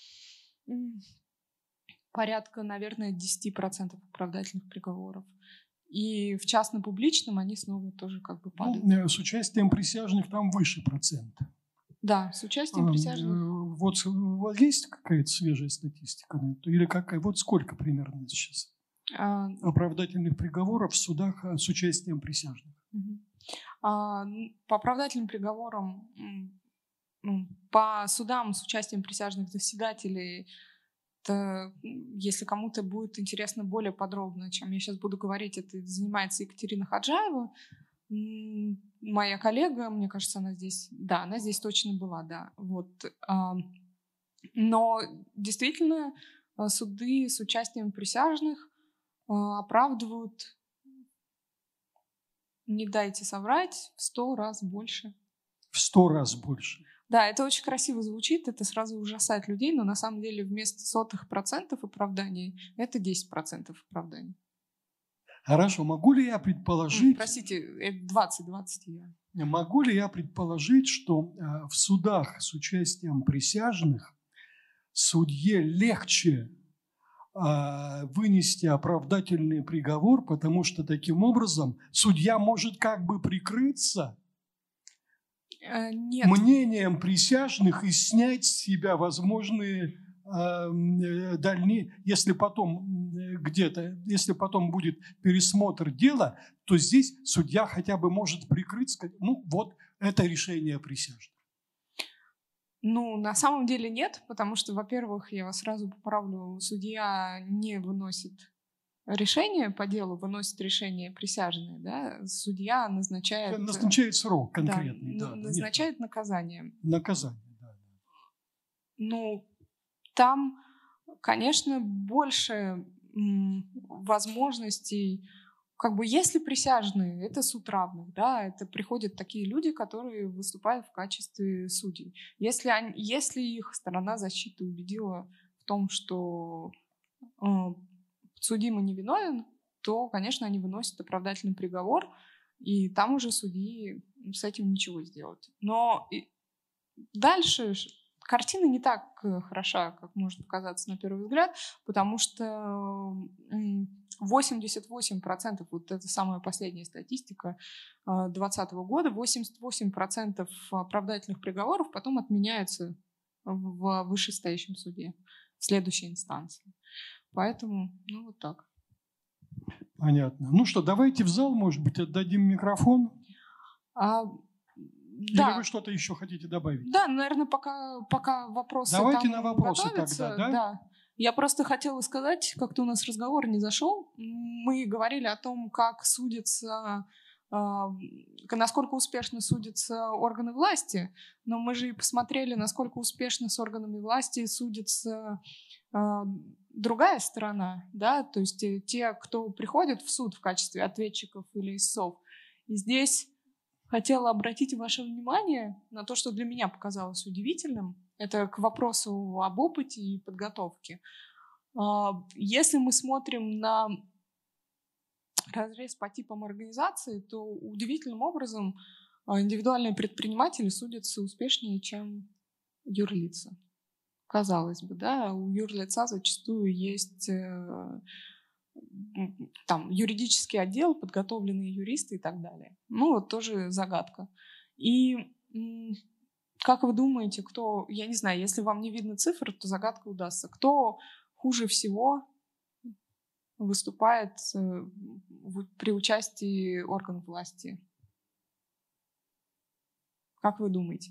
S2: порядка, наверное, десять процентов оправдательных приговоров. И в частно-публичном они снова тоже как бы падают.
S1: Ну, с участием присяжных там выше процент.
S2: Да, с участием присяжных.
S1: Вот у вас есть какая-то свежая статистика на это? Или какая? Вот сколько примерно сейчас а... оправдательных приговоров в судах с участием присяжных?
S2: Угу. А, по оправдательным приговорам, по судам с участием присяжных заседателей, это, если кому-то будет интересно более подробно, чем я сейчас буду говорить, это занимается Екатерина Хаджаева, моя коллега, мне кажется, она здесь, да, она здесь точно была, да, вот. Но действительно суды с участием присяжных оправдывают, не дайте соврать, в сто раз больше.
S1: В сто раз больше.
S2: Да, это очень красиво звучит, это сразу ужасает людей, но на самом деле вместо сотых процентов оправданий это десять процентов оправданий.
S1: Хорошо, могу ли я предположить...
S2: Простите, это двадцать двадцать я.
S1: Могу ли я предположить, что в судах с участием присяжных судье легче вынести оправдательный приговор, потому что таким образом судья может как бы прикрыться
S2: Нет.
S1: мнением присяжных и снять с себя возможные э, дальние, если потом где-то, если потом будет пересмотр дела, то здесь судья хотя бы может прикрыться, ну вот это решение присяжных.
S2: Ну, на самом деле нет, потому что, во-первых, я вас сразу поправлю, судья не выносит решение по делу, выносит решение присяжные, да, судья назначает...
S1: Назначает срок конкретный.
S2: Да,
S1: да,
S2: назначает
S1: нет.
S2: наказание.
S1: Наказание, да.
S2: Ну, там, конечно, больше м, возможностей. Как бы если присяжные, это суд равных, да, это приходят такие люди, которые выступают в качестве судей. Если, они, если их сторона защиты убедила в том, что э, судимый невиновен, то, конечно, они выносят оправдательный приговор, и там уже судьи с этим ничего сделать. Но дальше картина не так хороша, как может показаться на первый взгляд, потому что восемьдесят восемь процентов, вот это самая последняя статистика две тысячи двадцатого года, восемьдесят восемь процентов оправдательных приговоров потом отменяются в вышестоящем суде, в следующей инстанции. Поэтому, ну, вот так.
S1: Понятно. Ну что, давайте в зал, может быть, отдадим микрофон.
S2: А,
S1: Или
S2: да.
S1: вы что-то еще хотите добавить?
S2: Да, наверное, пока, пока вопросы
S1: Давайте
S2: там
S1: на вопросы
S2: готовятся,
S1: тогда, да?
S2: Да. Я просто хотела сказать, как-то у нас разговор не зашел. Мы говорили о том, как судятся, э, насколько успешно судятся органы власти, но мы же и посмотрели, насколько успешно с органами власти судится э, другая сторона, да, то есть те, кто приходит в суд в качестве ответчиков или истцов. И здесь хотела обратить ваше внимание на то, что для меня показалось удивительным. Это к вопросу об опыте и подготовке. Если мы смотрим на разрез по типам организации, то удивительным образом индивидуальные предприниматели судятся успешнее, чем юрлица. Казалось бы, да, у юрлица зачастую есть э, там юридический отдел, подготовленные юристы и так далее. Ну, вот тоже загадка. И как вы думаете, кто, я не знаю, если вам не видно цифр, то загадка удастся. Кто хуже всего выступает при участии органов власти? Как вы думаете?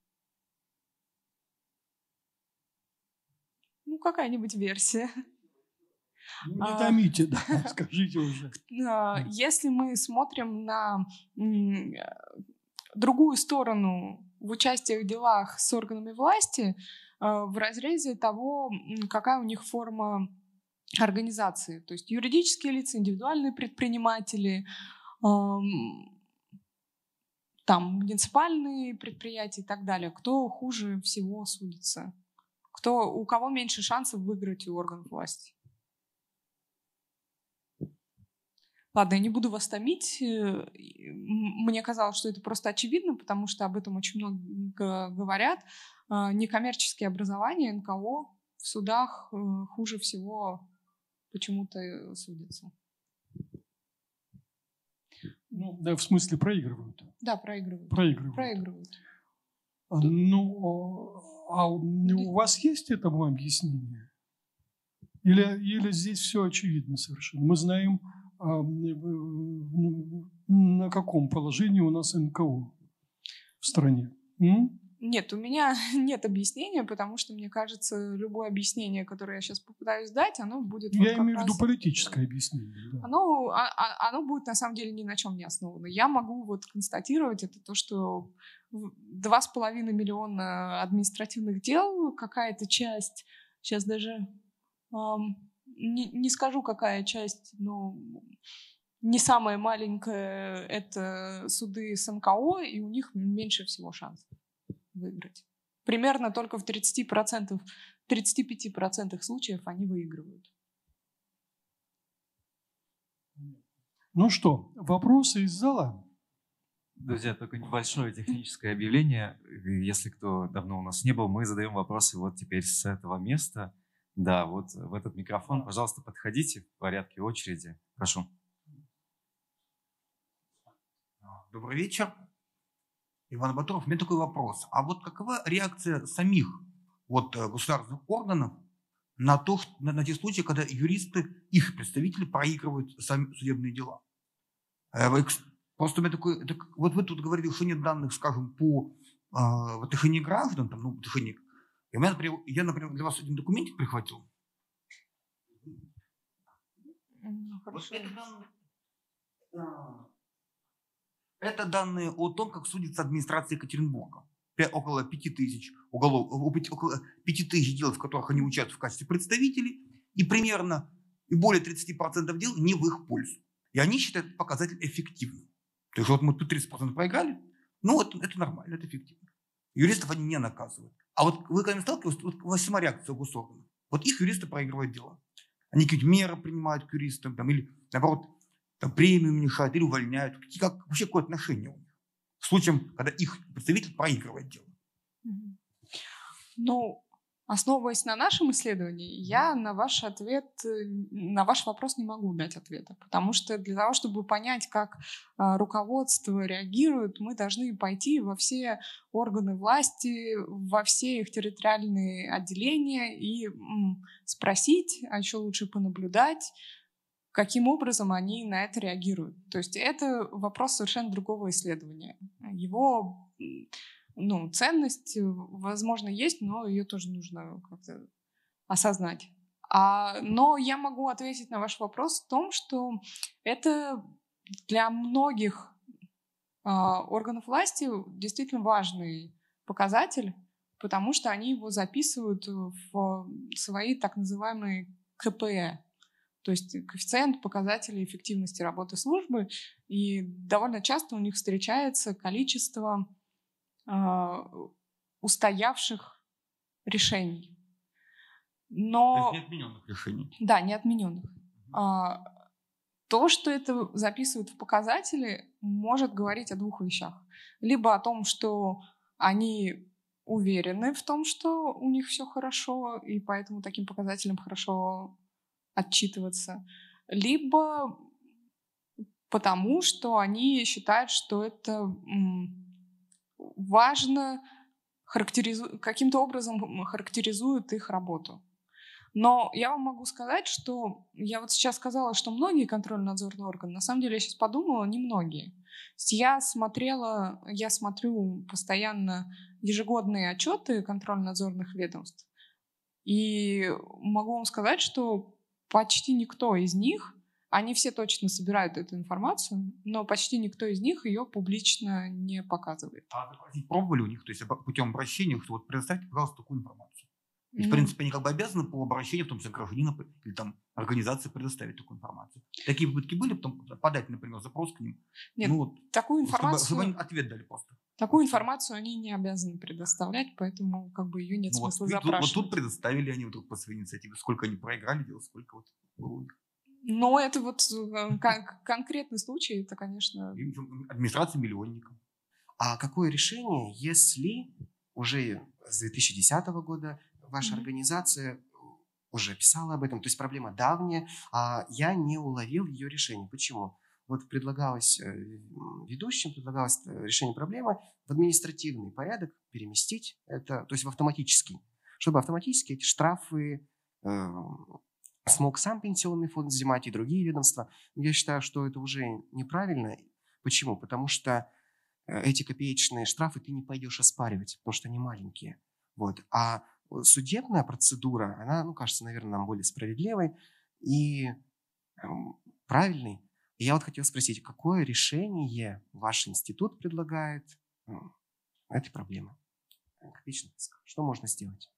S2: Ну, какая-нибудь версия.
S1: Ну, не томите, да, скажите уже.
S2: Если мы смотрим на другую сторону в участии в делах с органами власти, в разрезе того, какая у них форма организации, то есть юридические лица, индивидуальные предприниматели, там муниципальные предприятия и так далее, кто хуже всего судится, кто, у кого меньше шансов выиграть у органов власти. Ладно, я не буду вас томить. Мне казалось, что это просто очевидно, потому что об этом очень много говорят. Некоммерческие образования, эн ка о, в судах хуже всего почему-то судятся.
S1: Ну, да, в смысле проигрывают?
S2: Да, проигрывают.
S1: Проигрывают.
S2: проигрывают.
S1: Ну, а у вас есть этому объяснение? Или, или здесь все очевидно совершенно? Мы знаем, на каком положении у нас эн ка о в стране. М?
S2: Нет, у меня нет объяснения, потому что, мне кажется, любое объяснение, которое я сейчас попытаюсь дать, оно будет...
S1: Я
S2: вот
S1: имею в виду
S2: раз...
S1: политическое объяснение. Да.
S2: Оно, а, оно будет, на самом деле, ни на чем не основано. Я могу вот констатировать это то, что два с половиной миллиона административных дел, какая-то часть, сейчас даже эм, не, не скажу, какая часть, но не самая маленькая, это суды с эн ка о, и у них меньше всего шансов выиграть. Примерно только в тридцати процентах, тридцати пяти процентах случаев они выигрывают.
S1: Ну что, вопросы из зала?
S3: Друзья, только небольшое техническое объявление. Если кто давно у нас не был, мы задаем вопросы вот теперь с этого места. Да, вот в этот микрофон, пожалуйста, подходите в порядке очереди. Прошу.
S4: Добрый вечер. Иван Батуров. У меня такой вопрос. А вот какова реакция самих вот, государственных органов на, то, на, на те случаи, когда юристы, их представители проигрывают сами судебные дела? Просто у меня такой... Это, вот вы тут говорили, что нет данных, скажем, по э, дыханию граждан, там, ну, дыханию. И у меня, например, я, например, для вас один документик прихватил.
S2: Ну, хорошо.
S4: Вот это данные... Это данные о том, как судится администрация Екатеринбурга. Около пяти тысяч уголов, около пяти тысяч дел, в которых они участвуют в качестве представителей, и примерно и более тридцати процентов дел не в их пользу. И они считают этот показатель эффективным. То есть вот мы тут тридцать процентов проиграли, ну это, это нормально, это эффективно. Юристов они не наказывают. А вот вы когда сталкиваетесь, вот у вас сама реакция у госорганов. Вот их юристы проигрывают дела. Они какие-то меры принимают к юристам, там, или наоборот, там, премию уменьшают или увольняют. Какие, как, вообще какое отношение у них? К случаям, когда их представитель проигрывает дело.
S2: Ну, основываясь на нашем исследовании, я на ваш ответ, на ваш вопрос не могу дать ответа. Потому что для того, чтобы понять, как руководство реагирует, мы должны пойти во все органы власти, во все их территориальные отделения и м, спросить, а еще лучше понаблюдать, каким образом они на это реагируют. То есть это вопрос совершенно другого исследования. Его ну, ценность, возможно, есть, но ее тоже нужно как-то осознать. А, но я могу ответить на ваш вопрос в том, что это для многих а, органов власти действительно важный показатель, потому что они его записывают в свои так называемые ка пэ э. То есть коэффициент показателей эффективности работы службы, и довольно часто у них встречается количество э, устоявших решений. Но...
S4: То есть неотмененных решений.
S2: Да, неотмененных. А, то, что это записывают в показатели, может говорить о двух вещах. Либо о том, что они уверены в том, что у них все хорошо, и поэтому таким показателям хорошо отчитываться. Либо потому, что они считают, что это важно, характеризу... каким-то образом характеризует их работу. Но я вам могу сказать, что я вот сейчас сказала, что многие контрольно-надзорные органы, на самом деле я сейчас подумала, не многие. Я смотрела, я смотрю постоянно ежегодные отчеты контрольно-надзорных ведомств, и могу вам сказать, что почти никто из них, они все точно собирают эту информацию, но почти никто из них ее публично не показывает.
S4: А пробовали у них, то есть путем обращения, что вот предоставьте, пожалуйста, такую информацию? И, в
S2: Ну,
S4: принципе, они как бы обязаны по обращению, в том числе гражданина или там организации, предоставить такую информацию. Такие попытки были, потом подать, например, запрос к ним.
S2: Нет,
S4: ну, вот,
S2: такую
S4: чтобы,
S2: информацию,
S4: чтобы они ответ дали просто.
S2: такую информацию они не обязаны предоставлять, поэтому как бы ее нет
S4: Ну,
S2: смысла
S4: вот, вот,
S2: запрашивать.
S4: вот тут предоставили они вот по своей инициативе, сколько они проиграли, дело, сколько вот было у них.
S2: Но это вот как конкретный случай, это, конечно...
S4: И администрация миллионников.
S5: А какое решение, если уже с две тысячи десятого года ваша
S2: Мгм.
S5: организация уже писала об этом, то есть проблема давняя, а я не уловил ее решение. Почему? Вот предлагалось э, ведущим, предлагалось э, решение проблемы в административный порядок переместить это, то есть в автоматический, чтобы автоматически эти штрафы э, смог сам пенсионный фонд взимать и другие ведомства. Но я считаю, что это уже неправильно. Почему? Потому что э, эти копеечные штрафы ты не пойдешь оспаривать, потому что они маленькие. Вот. А судебная процедура, она, ну, кажется, наверное, нам более справедливой и эм, правильной. И я вот хотел спросить, какое решение ваш институт предлагает м, этой проблемы? Копеечный иск. Что можно сделать?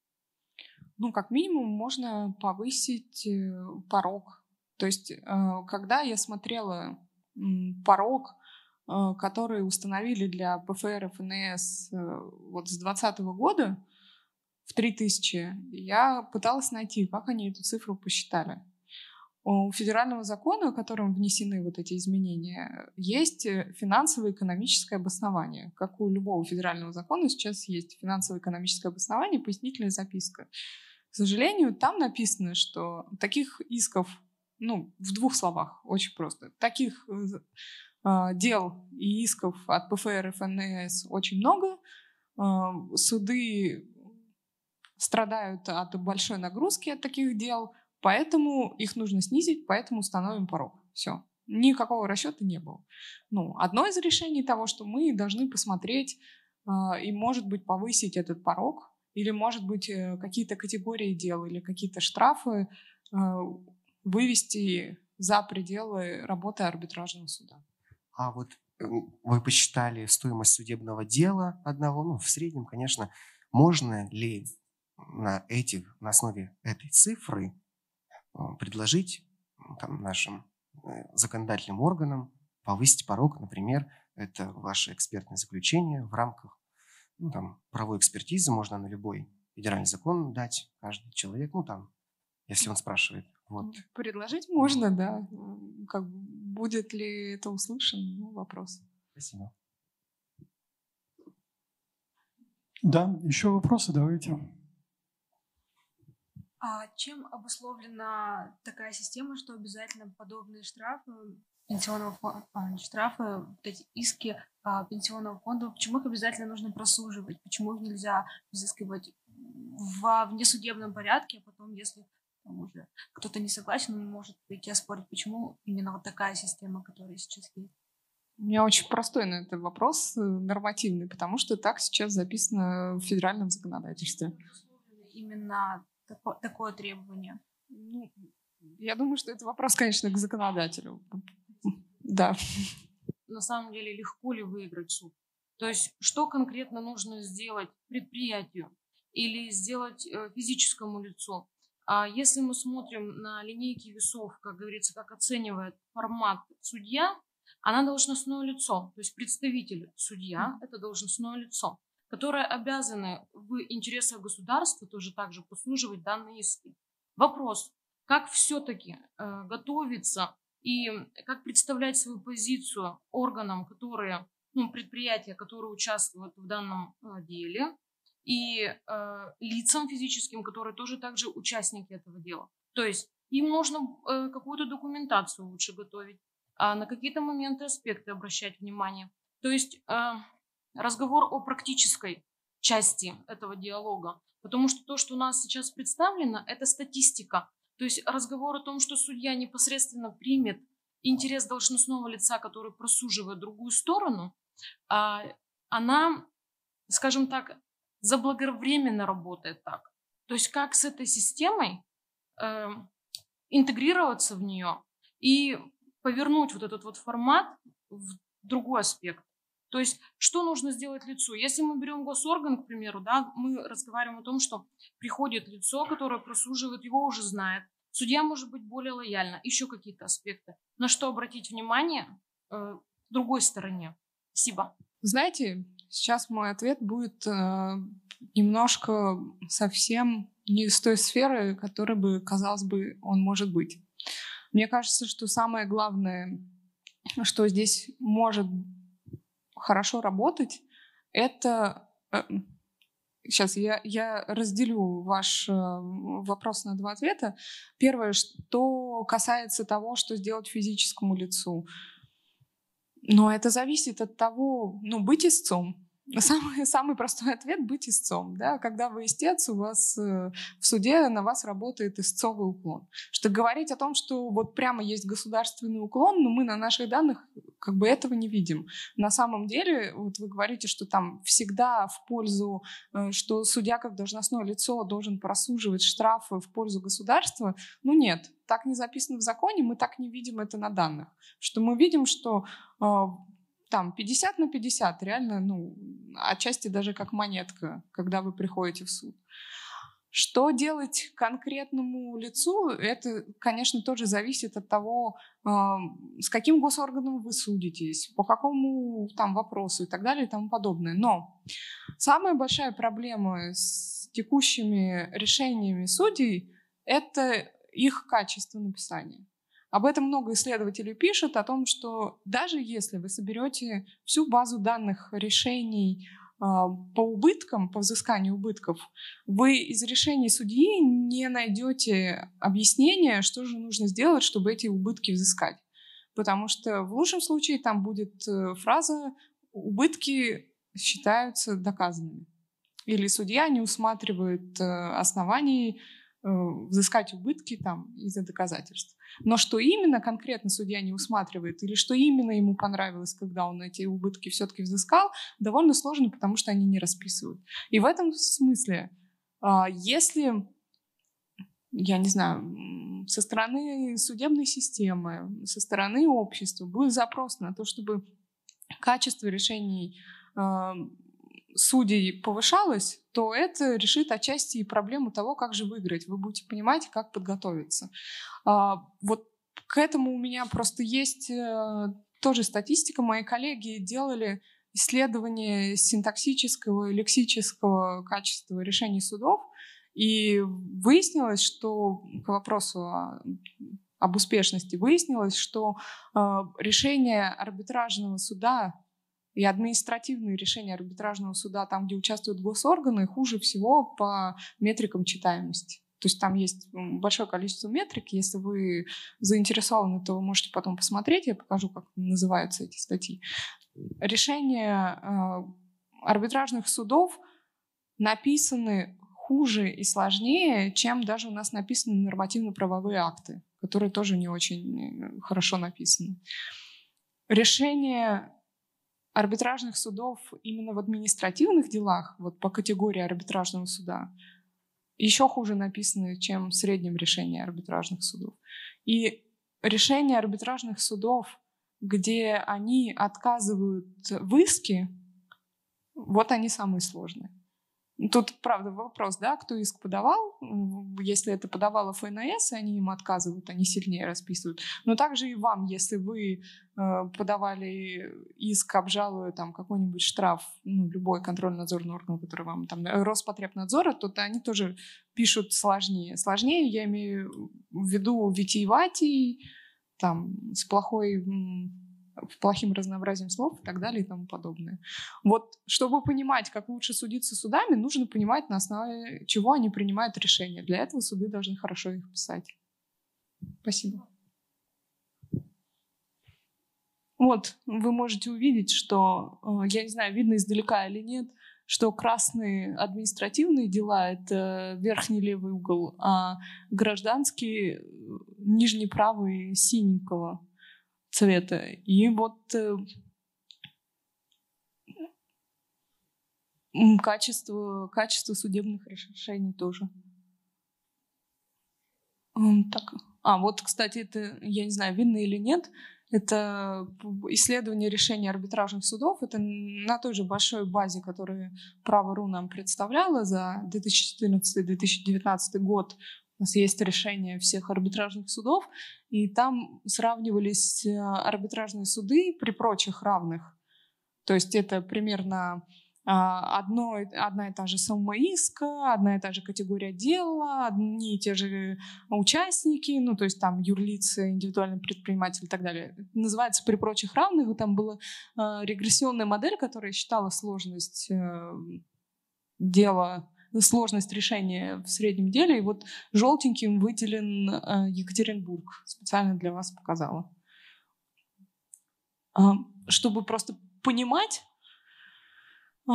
S2: Ну, как минимум, можно повысить э, порог. То есть, э, когда я смотрела м, порог, э, который установили для ПФР, ФНС э, вот с двадцатого года в три тысячи, я пыталась найти, как они эту цифру посчитали. У федерального закона, которым внесены вот эти изменения, есть финансово-экономическое обоснование. Как у любого федерального закона сейчас есть финансово-экономическое обоснование, пояснительная записка. К сожалению, там написано, что таких исков, ну, в двух словах, очень просто, таких э, дел и исков от ПФР и ФНС очень много. Э, суды страдают от большой нагрузки от таких дел, поэтому их нужно снизить, поэтому установим порог. Все. Никакого расчета не было. Ну, одно из решений того, что мы должны посмотреть э, и, может быть, повысить этот порог, или, может быть, э, какие-то категории дел или какие-то штрафы э, вывести за пределы работы арбитражного суда.
S5: А вот э, вы посчитали стоимость судебного дела одного, ну, в среднем, конечно, можно ли на, этих, на основе этой цифры э, предложить там, нашим э, законодательным органам повысить порог, например, это ваше экспертное заключение в рамках ну, там, правовой экспертизы, можно на любой федеральный закон дать, каждый человек, ну там, если он спрашивает. Вот.
S2: Предложить можно, да. Как будет ли это услышан, ну, вопрос.
S5: Спасибо.
S1: Да, еще вопросы давайте.
S6: А чем обусловлена такая система, что обязательно подобные штрафы пенсионного фонда, а, штрафы, вот эти иски а, пенсионного фонда, почему их обязательно нужно просуживать, почему их нельзя взыскивать во внесудебном порядке, а потом, если там, уже кто-то не согласен, он может прийти оспорить, почему именно вот такая система, которая сейчас есть?
S2: У меня очень простой на этот вопрос, нормативный, потому что так сейчас записано в федеральном законодательстве.
S6: Именно тако, такое требование.
S2: Ну, я думаю, что это вопрос, конечно, к законодателю. Да.
S6: На самом деле, легко ли выиграть суд? То есть, что конкретно нужно сделать предприятию или сделать э, физическому лицу? А если мы смотрим на линейки весов, как говорится, как оценивает формат судья, она должностное лицо, то есть представитель судья – это должностное лицо.
S7: которые обязаны в интересах государства тоже также послуживать данные иски. Вопрос, как все-таки э, готовиться и как представлять свою позицию органам, которые, ну, предприятия, которые участвуют в данном э, деле, и э, лицам физическим, которые тоже также участники этого дела. То есть им нужно э, какую-то документацию лучше готовить, а на какие-то моменты, аспекты обращать внимание. То есть э, разговор о практической части этого диалога, потому что то, что у нас сейчас представлено, это статистика. То есть разговор о том, что судья непосредственно примет интерес должностного лица, который просуживает другую сторону, а, она, скажем так, заблаговременно работает так. То есть как с этой системой э, интегрироваться в нее и повернуть вот этот вот формат в другой аспект. То есть что нужно сделать лицу? Если мы берем госорган, к примеру, да, мы разговариваем о том, что приходит лицо, которое просуживает, его уже знает. Судья может быть более лояльна. Еще какие-то аспекты. На что обратить внимание э, в другой стороне? Спасибо.
S2: Знаете, сейчас мой ответ будет э, немножко совсем не из той сферы, которой бы, казалось бы, он может быть. Мне кажется, что самое главное, что здесь может хорошо работать, это... Э, сейчас я, я разделю ваш э, вопрос на два ответа. Первое, что касается того, что сделать физическому лицу. Но это зависит от того, ну, быть истцом. Самый, самый простой ответ — быть истцом. Да? Когда вы истец, у вас э, в суде на вас работает истцовый уклон. Что говорить о том, что вот прямо есть государственный уклон, но мы на наших данных как бы этого не видим. На самом деле, вот вы говорите, что там всегда в пользу, э, что судья как должностное лицо должен просуживать штрафы в пользу государства. Ну нет, так не записано в законе, мы так не видим это на данных. Что мы видим, что э, там пятьдесят на пятьдесят, реально, ну, отчасти даже как монетка, когда вы приходите в суд. Что делать конкретному лицу, это, конечно, тоже зависит от того, э, с каким госорганом вы судитесь, по какому там вопросу и так далее и тому подобное. Но самая большая проблема с текущими решениями судей — это их качество написания. Об этом много исследователей пишут, о том, что даже если вы соберете всю базу данных решений э, по убыткам, по взысканию убытков, вы из решений судьи не найдете объяснения, что же нужно сделать, чтобы эти убытки взыскать. Потому что в лучшем случае там будет фраза «убытки считаются доказанными». Или судья не усматривает оснований взыскать убытки там из-за доказательств. Но что именно конкретно судья не усматривает, или что именно ему понравилось, когда он эти убытки все-таки взыскал, довольно сложно, потому что они не расписывают. И в этом смысле, если, я не знаю, со стороны судебной системы, со стороны общества будет запрос на то, чтобы качество решений судей повышалось, то это решит отчасти и проблему того, как же выиграть. Вы будете понимать, как подготовиться. Вот к этому у меня просто есть тоже статистика. Мои коллеги делали исследование синтаксического и лексического качества решений судов, и выяснилось, что к вопросу о, об успешности, выяснилось, что решение арбитражного суда и административные решения арбитражного суда, там, где участвуют госорганы, хуже всего по метрикам читаемости. То есть там есть большое количество метрик. Если вы заинтересованы, то вы можете потом посмотреть. Я покажу, как называются эти статьи. Решения э, арбитражных судов написаны хуже и сложнее, чем даже у нас написаны нормативно-правовые акты, которые тоже не очень хорошо написаны. Решения арбитражных судов именно в административных делах, вот по категории арбитражного суда, еще хуже написаны, чем в среднем решении арбитражных судов. И решения арбитражных судов, где они отказывают в иске, вот они самые сложные. Тут, правда, вопрос, да, кто иск подавал. Если это подавало эф эн эс, и они им отказывают, они сильнее расписывают. Но также и вам, если вы э, подавали иск, обжалуя там какой-нибудь штраф, ну, любой контрольно-надзорный орган, который вам там, Роспотребнадзора, то они тоже пишут сложнее. Сложнее, я имею в виду витиеватий, там, с плохой... плохим разнообразием слов и так далее и тому подобное. Вот, чтобы понимать, как лучше судиться судами, нужно понимать, на основе чего они принимают решения. Для этого суды должны хорошо их писать. Спасибо. Вот, вы можете увидеть, что, я не знаю, видно издалека или нет, что красные административные дела — это верхний левый угол, а гражданские — нижний правый синенького цвета. И вот э, качество, качество судебных решений тоже. Так. А, вот, кстати, это, я не знаю, видно или нет, это исследование решений арбитражных судов. Это на той же большой базе, которую Право.ру нам представляла за две тысячи четырнадцатый — две тысячи девятнадцатый год. У нас есть решения всех арбитражных судов, и там сравнивались арбитражные суды при прочих равных. То есть это примерно одно, одна и та же сумма иска, одна и та же категория дела, одни и те же участники, ну то есть там юрлицы, индивидуальный предприниматель и так далее. Называется «При прочих равных». Там была регрессионная модель, которая считала сложность дела, сложность решения в среднем деле. И вот желтеньким выделен э, Екатеринбург. Специально для вас показала. Э, чтобы просто понимать, э,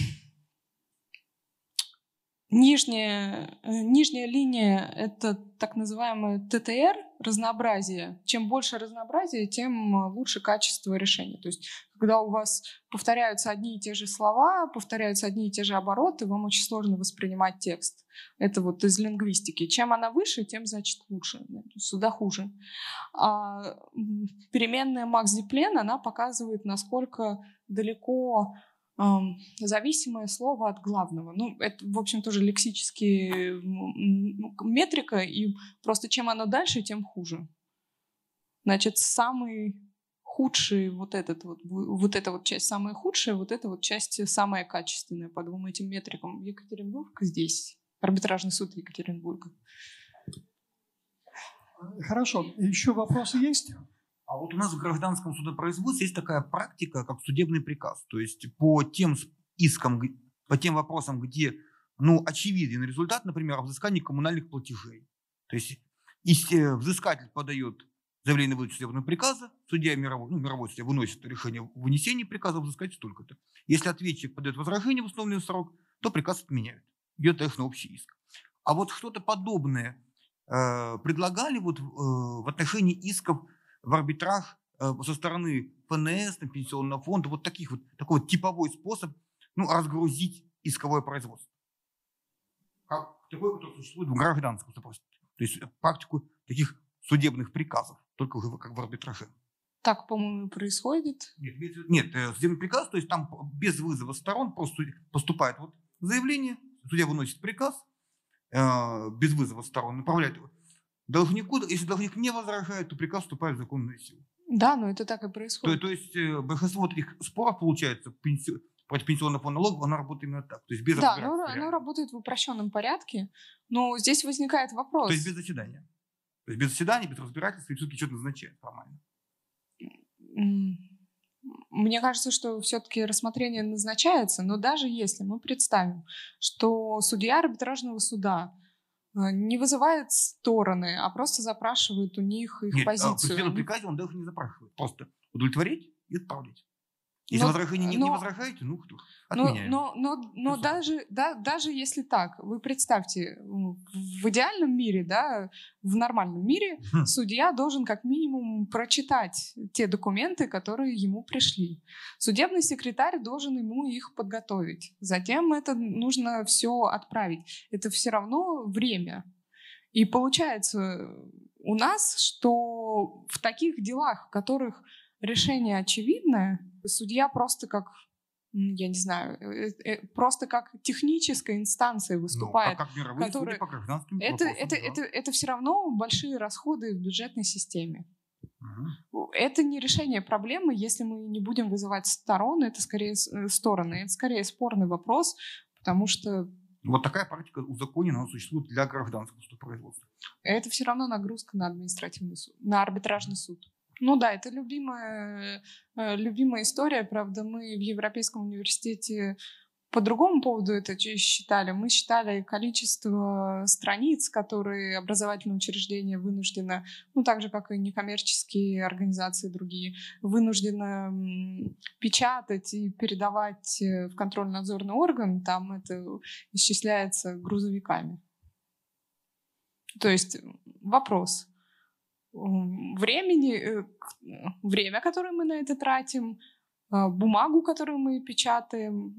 S2: нижняя, э, нижняя линия — это так называемое тэ тэ эр, разнообразие. Чем больше разнообразия, тем лучше качество решения. То есть когда у вас повторяются одни и те же слова, повторяются одни и те же обороты, вам очень сложно воспринимать текст. Это вот из лингвистики. Чем она выше, тем, значит, лучше. Сюда хуже. А переменная Макс-Диплен, она показывает, насколько далеко эм, зависимое слово от главного. Ну, это, в общем, тоже лексические метрика, и просто чем оно дальше, тем хуже. Значит, самый худший вот этот вот, вот эта вот часть самая худшая, вот эта вот часть самая качественная по двум этим метрикам. Екатеринбург здесь. Арбитражный суд Екатеринбурга.
S1: Хорошо. Еще вопросы есть?
S4: А вот у нас в гражданском судопроизводстве есть такая практика, как судебный приказ. То есть по тем искам, по тем вопросам, где, ну, очевиден результат, например, о взыскании коммунальных платежей. То есть если взыскатель подает заявление на выдачу судебного приказа, судья мировой, ну, мировой судья выносит решение о вынесении приказа взыскать столько-то. Если ответчик подает возражение в установленный срок, то приказ отменяют. Идет их на общий иск. А вот что-то подобное э, предлагали вот, э, в отношении исков в арбитраж э, со стороны эф эн эс, пенсионного фонда, вот таких вот, такой вот типовой способ, ну, разгрузить исковое производство. Как такой, который существует в гражданском судопроизводстве. То есть практику таких судебных приказов, только уже как в арбитраже.
S2: Так, по-моему, происходит.
S4: Нет, нет, судебный приказ, то есть там без вызова сторон просто поступает вот заявление, судья выносит приказ, э, без вызова сторон, направляет его должнику. Если должник не возражает, то приказ вступает в законную силу.
S2: Да, но это так и происходит.
S4: То, то есть э, большинство таких споров, получается, пенси... против пенсионного фонда налогов, оно работает именно так. То есть без
S2: да, оно, оно работает в упрощенном порядке, но здесь возникает вопрос.
S4: То есть без заседания. То есть без заседания, без разбирательства, и все-таки что-то назначает формально.
S2: Мне кажется, что все-таки рассмотрение назначается, но даже если мы представим, что судья арбитражного суда не вызывает стороны, а просто запрашивает у них их
S4: Нет,
S2: позицию.
S4: А в судебном приказе он даже не запрашивает. Просто удовлетворить и отправить. Если
S2: но,
S4: возражение не,
S2: но,
S4: не возражаете, ну кто?
S2: Отменяем. Но, но, но, но даже, да, даже если так, вы представьте, в идеальном мире, да, в нормальном мире хм. судья должен как минимум прочитать те документы, которые ему пришли. Судебный секретарь должен ему их подготовить. Затем это нужно все отправить. Это все равно время. И получается у нас, что в таких делах, в которых решение очевидное, судья просто как я не знаю, просто как техническая инстанция выступает.
S4: Ну, как мировые
S2: которая...
S4: судьи по гражданским
S2: это,
S4: вопросам.
S2: это,
S4: Да.
S2: это, это все равно большие расходы в бюджетной системе.
S4: Угу.
S2: Это не решение проблемы, если мы не будем вызывать сторон, это скорее стороны, это скорее спорный вопрос, потому что
S4: вот такая практика узаконена, она существует для гражданского судопроизводства.
S2: Это все равно нагрузка на административный суд, на арбитражный суд. Ну да, это любимая, любимая история, правда, мы в Европейском университете по другому поводу это считали. Мы считали количество страниц, которые образовательные учреждения вынуждены, ну так же, как и некоммерческие организации другие, вынуждены печатать и передавать в контрольно-надзорный орган, там это исчисляется грузовиками. То есть вопрос. Времени, время, которое мы на это тратим, бумагу, которую мы печатаем,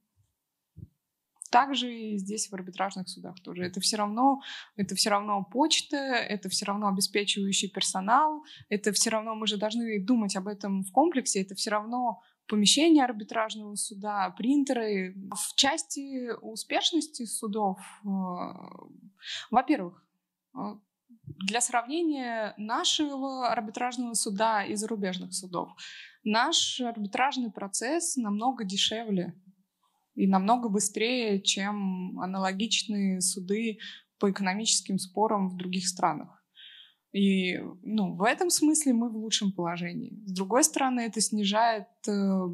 S2: также и здесь в арбитражных судах тоже. Это все равно, это все равно почта, это все равно обеспечивающий персонал, это все равно, мы же должны думать об этом в комплексе, это все равно помещение арбитражного суда, принтеры. В части успешности судов, во-первых, для сравнения нашего арбитражного суда и зарубежных судов, наш арбитражный процесс намного дешевле и намного быстрее, чем аналогичные суды по экономическим спорам в других странах. И ну, в этом смысле мы в лучшем положении. С другой стороны, это снижает, э,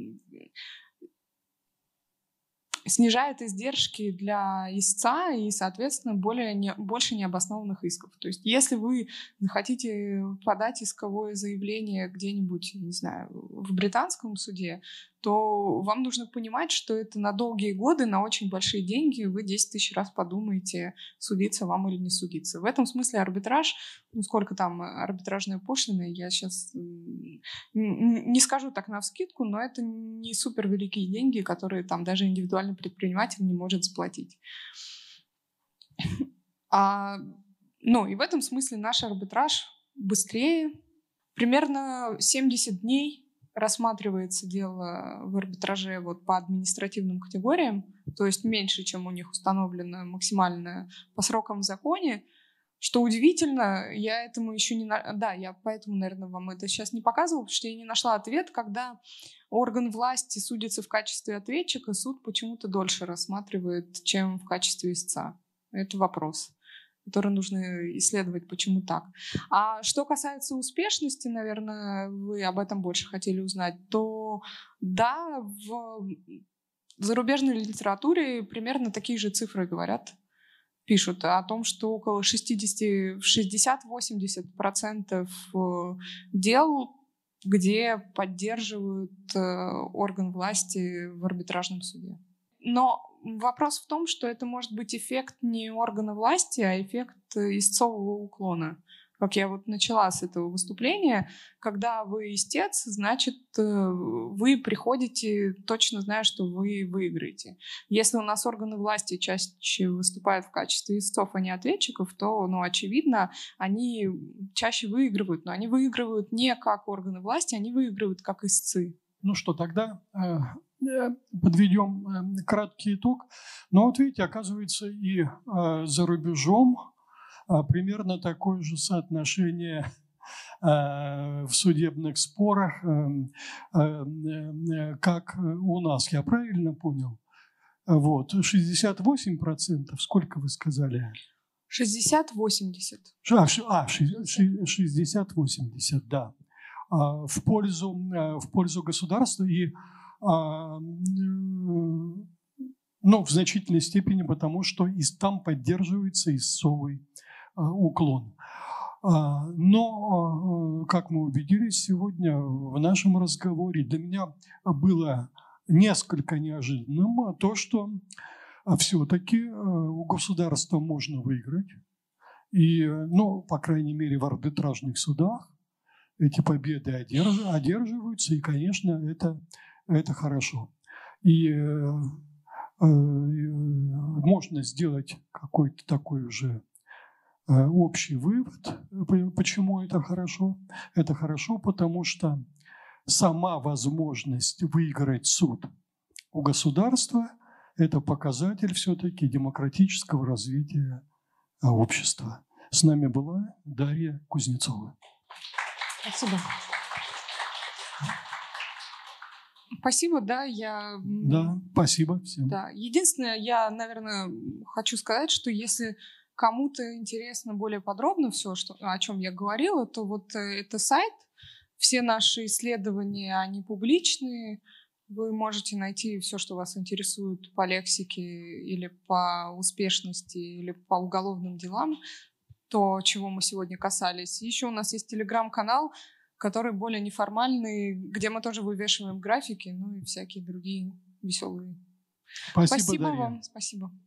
S2: снижает издержки для истца и, соответственно, более не, больше необоснованных исков. То есть если вы хотите подать исковое заявление где-нибудь, не знаю, в британском суде, то вам нужно понимать, что это на долгие годы, на очень большие деньги, вы десять тысяч раз подумаете, судиться вам или не судиться. В этом смысле арбитраж, ну сколько там арбитражные пошлины, я сейчас не скажу так навскидку, но это не супер великие деньги, которые там даже индивидуальный предприниматель не может заплатить. А, ну и в этом смысле наш арбитраж быстрее. Примерно семьдесят дней рассматривается дело в арбитраже вот по административным категориям, то есть меньше, чем у них установлено максимальное по срокам в законе. Что удивительно, я этому еще не... На... Да, я поэтому, наверное, вам это сейчас не показывала, потому что я не нашла ответ, когда орган власти судится в качестве ответчика, суд почему-то дольше рассматривает, чем в качестве истца. Это вопрос, который нужно исследовать, почему так. А что касается успешности, наверное, вы об этом больше хотели узнать, то да, в зарубежной литературе примерно такие же цифры говорят. Пишут о том, что около шестьдесят-восемьдесят процентов дел, где поддерживают орган власти в арбитражном суде. Но вопрос в том, что это может быть эффект не органа власти, а эффект истцового уклона. Как я вот начала с этого выступления, когда вы истец, значит, вы приходите, точно зная, что вы выиграете. Если у нас органы власти чаще выступают в качестве истцов, а не ответчиков, то, ну, очевидно, они чаще выигрывают. Но они выигрывают не как органы власти, они выигрывают как истцы.
S1: Ну что, тогда э, подведем э, краткий итог. Но вот видите, оказывается, и э, за рубежом примерно такое же соотношение э, в судебных спорах, э, э, как у нас. Я правильно понял? Вот. шестьдесят восемь процентов. Сколько вы сказали?
S2: шестьдесят-восемьдесят.
S1: А, а шестьдесят-восемьдесят, да. В пользу, в пользу государства и ну, в значительной степени потому, что и там поддерживается истцовый уклон. Но, как мы убедились сегодня в нашем разговоре, для меня было несколько неожиданным то, что все-таки у государства можно выиграть. И, ну, по крайней мере, в арбитражных судах эти победы одерживаются, и, конечно, это, это хорошо. И э, э, можно сделать какой-то такой уже общий вывод, почему это хорошо. Это хорошо, потому что сама возможность выиграть суд у государства, это показатель все-таки демократического развития общества. С нами была Дарья Кузнецова.
S7: Спасибо.
S2: Спасибо, да, я...
S1: Да, спасибо всем.
S2: Да. Единственное, я, наверное, хочу сказать, что если кому-то интересно более подробно все, что, о чем я говорила, то вот это сайт, все наши исследования, они публичные, вы можете найти все, что вас интересует по лексике или по успешности, или по уголовным делам, то, чего мы сегодня касались. Еще у нас есть телеграм-канал, который более неформальный, где мы тоже вывешиваем графики, ну и всякие другие веселые.
S1: Спасибо,
S2: Спасибо
S1: Дарья.
S2: вам. Спасибо.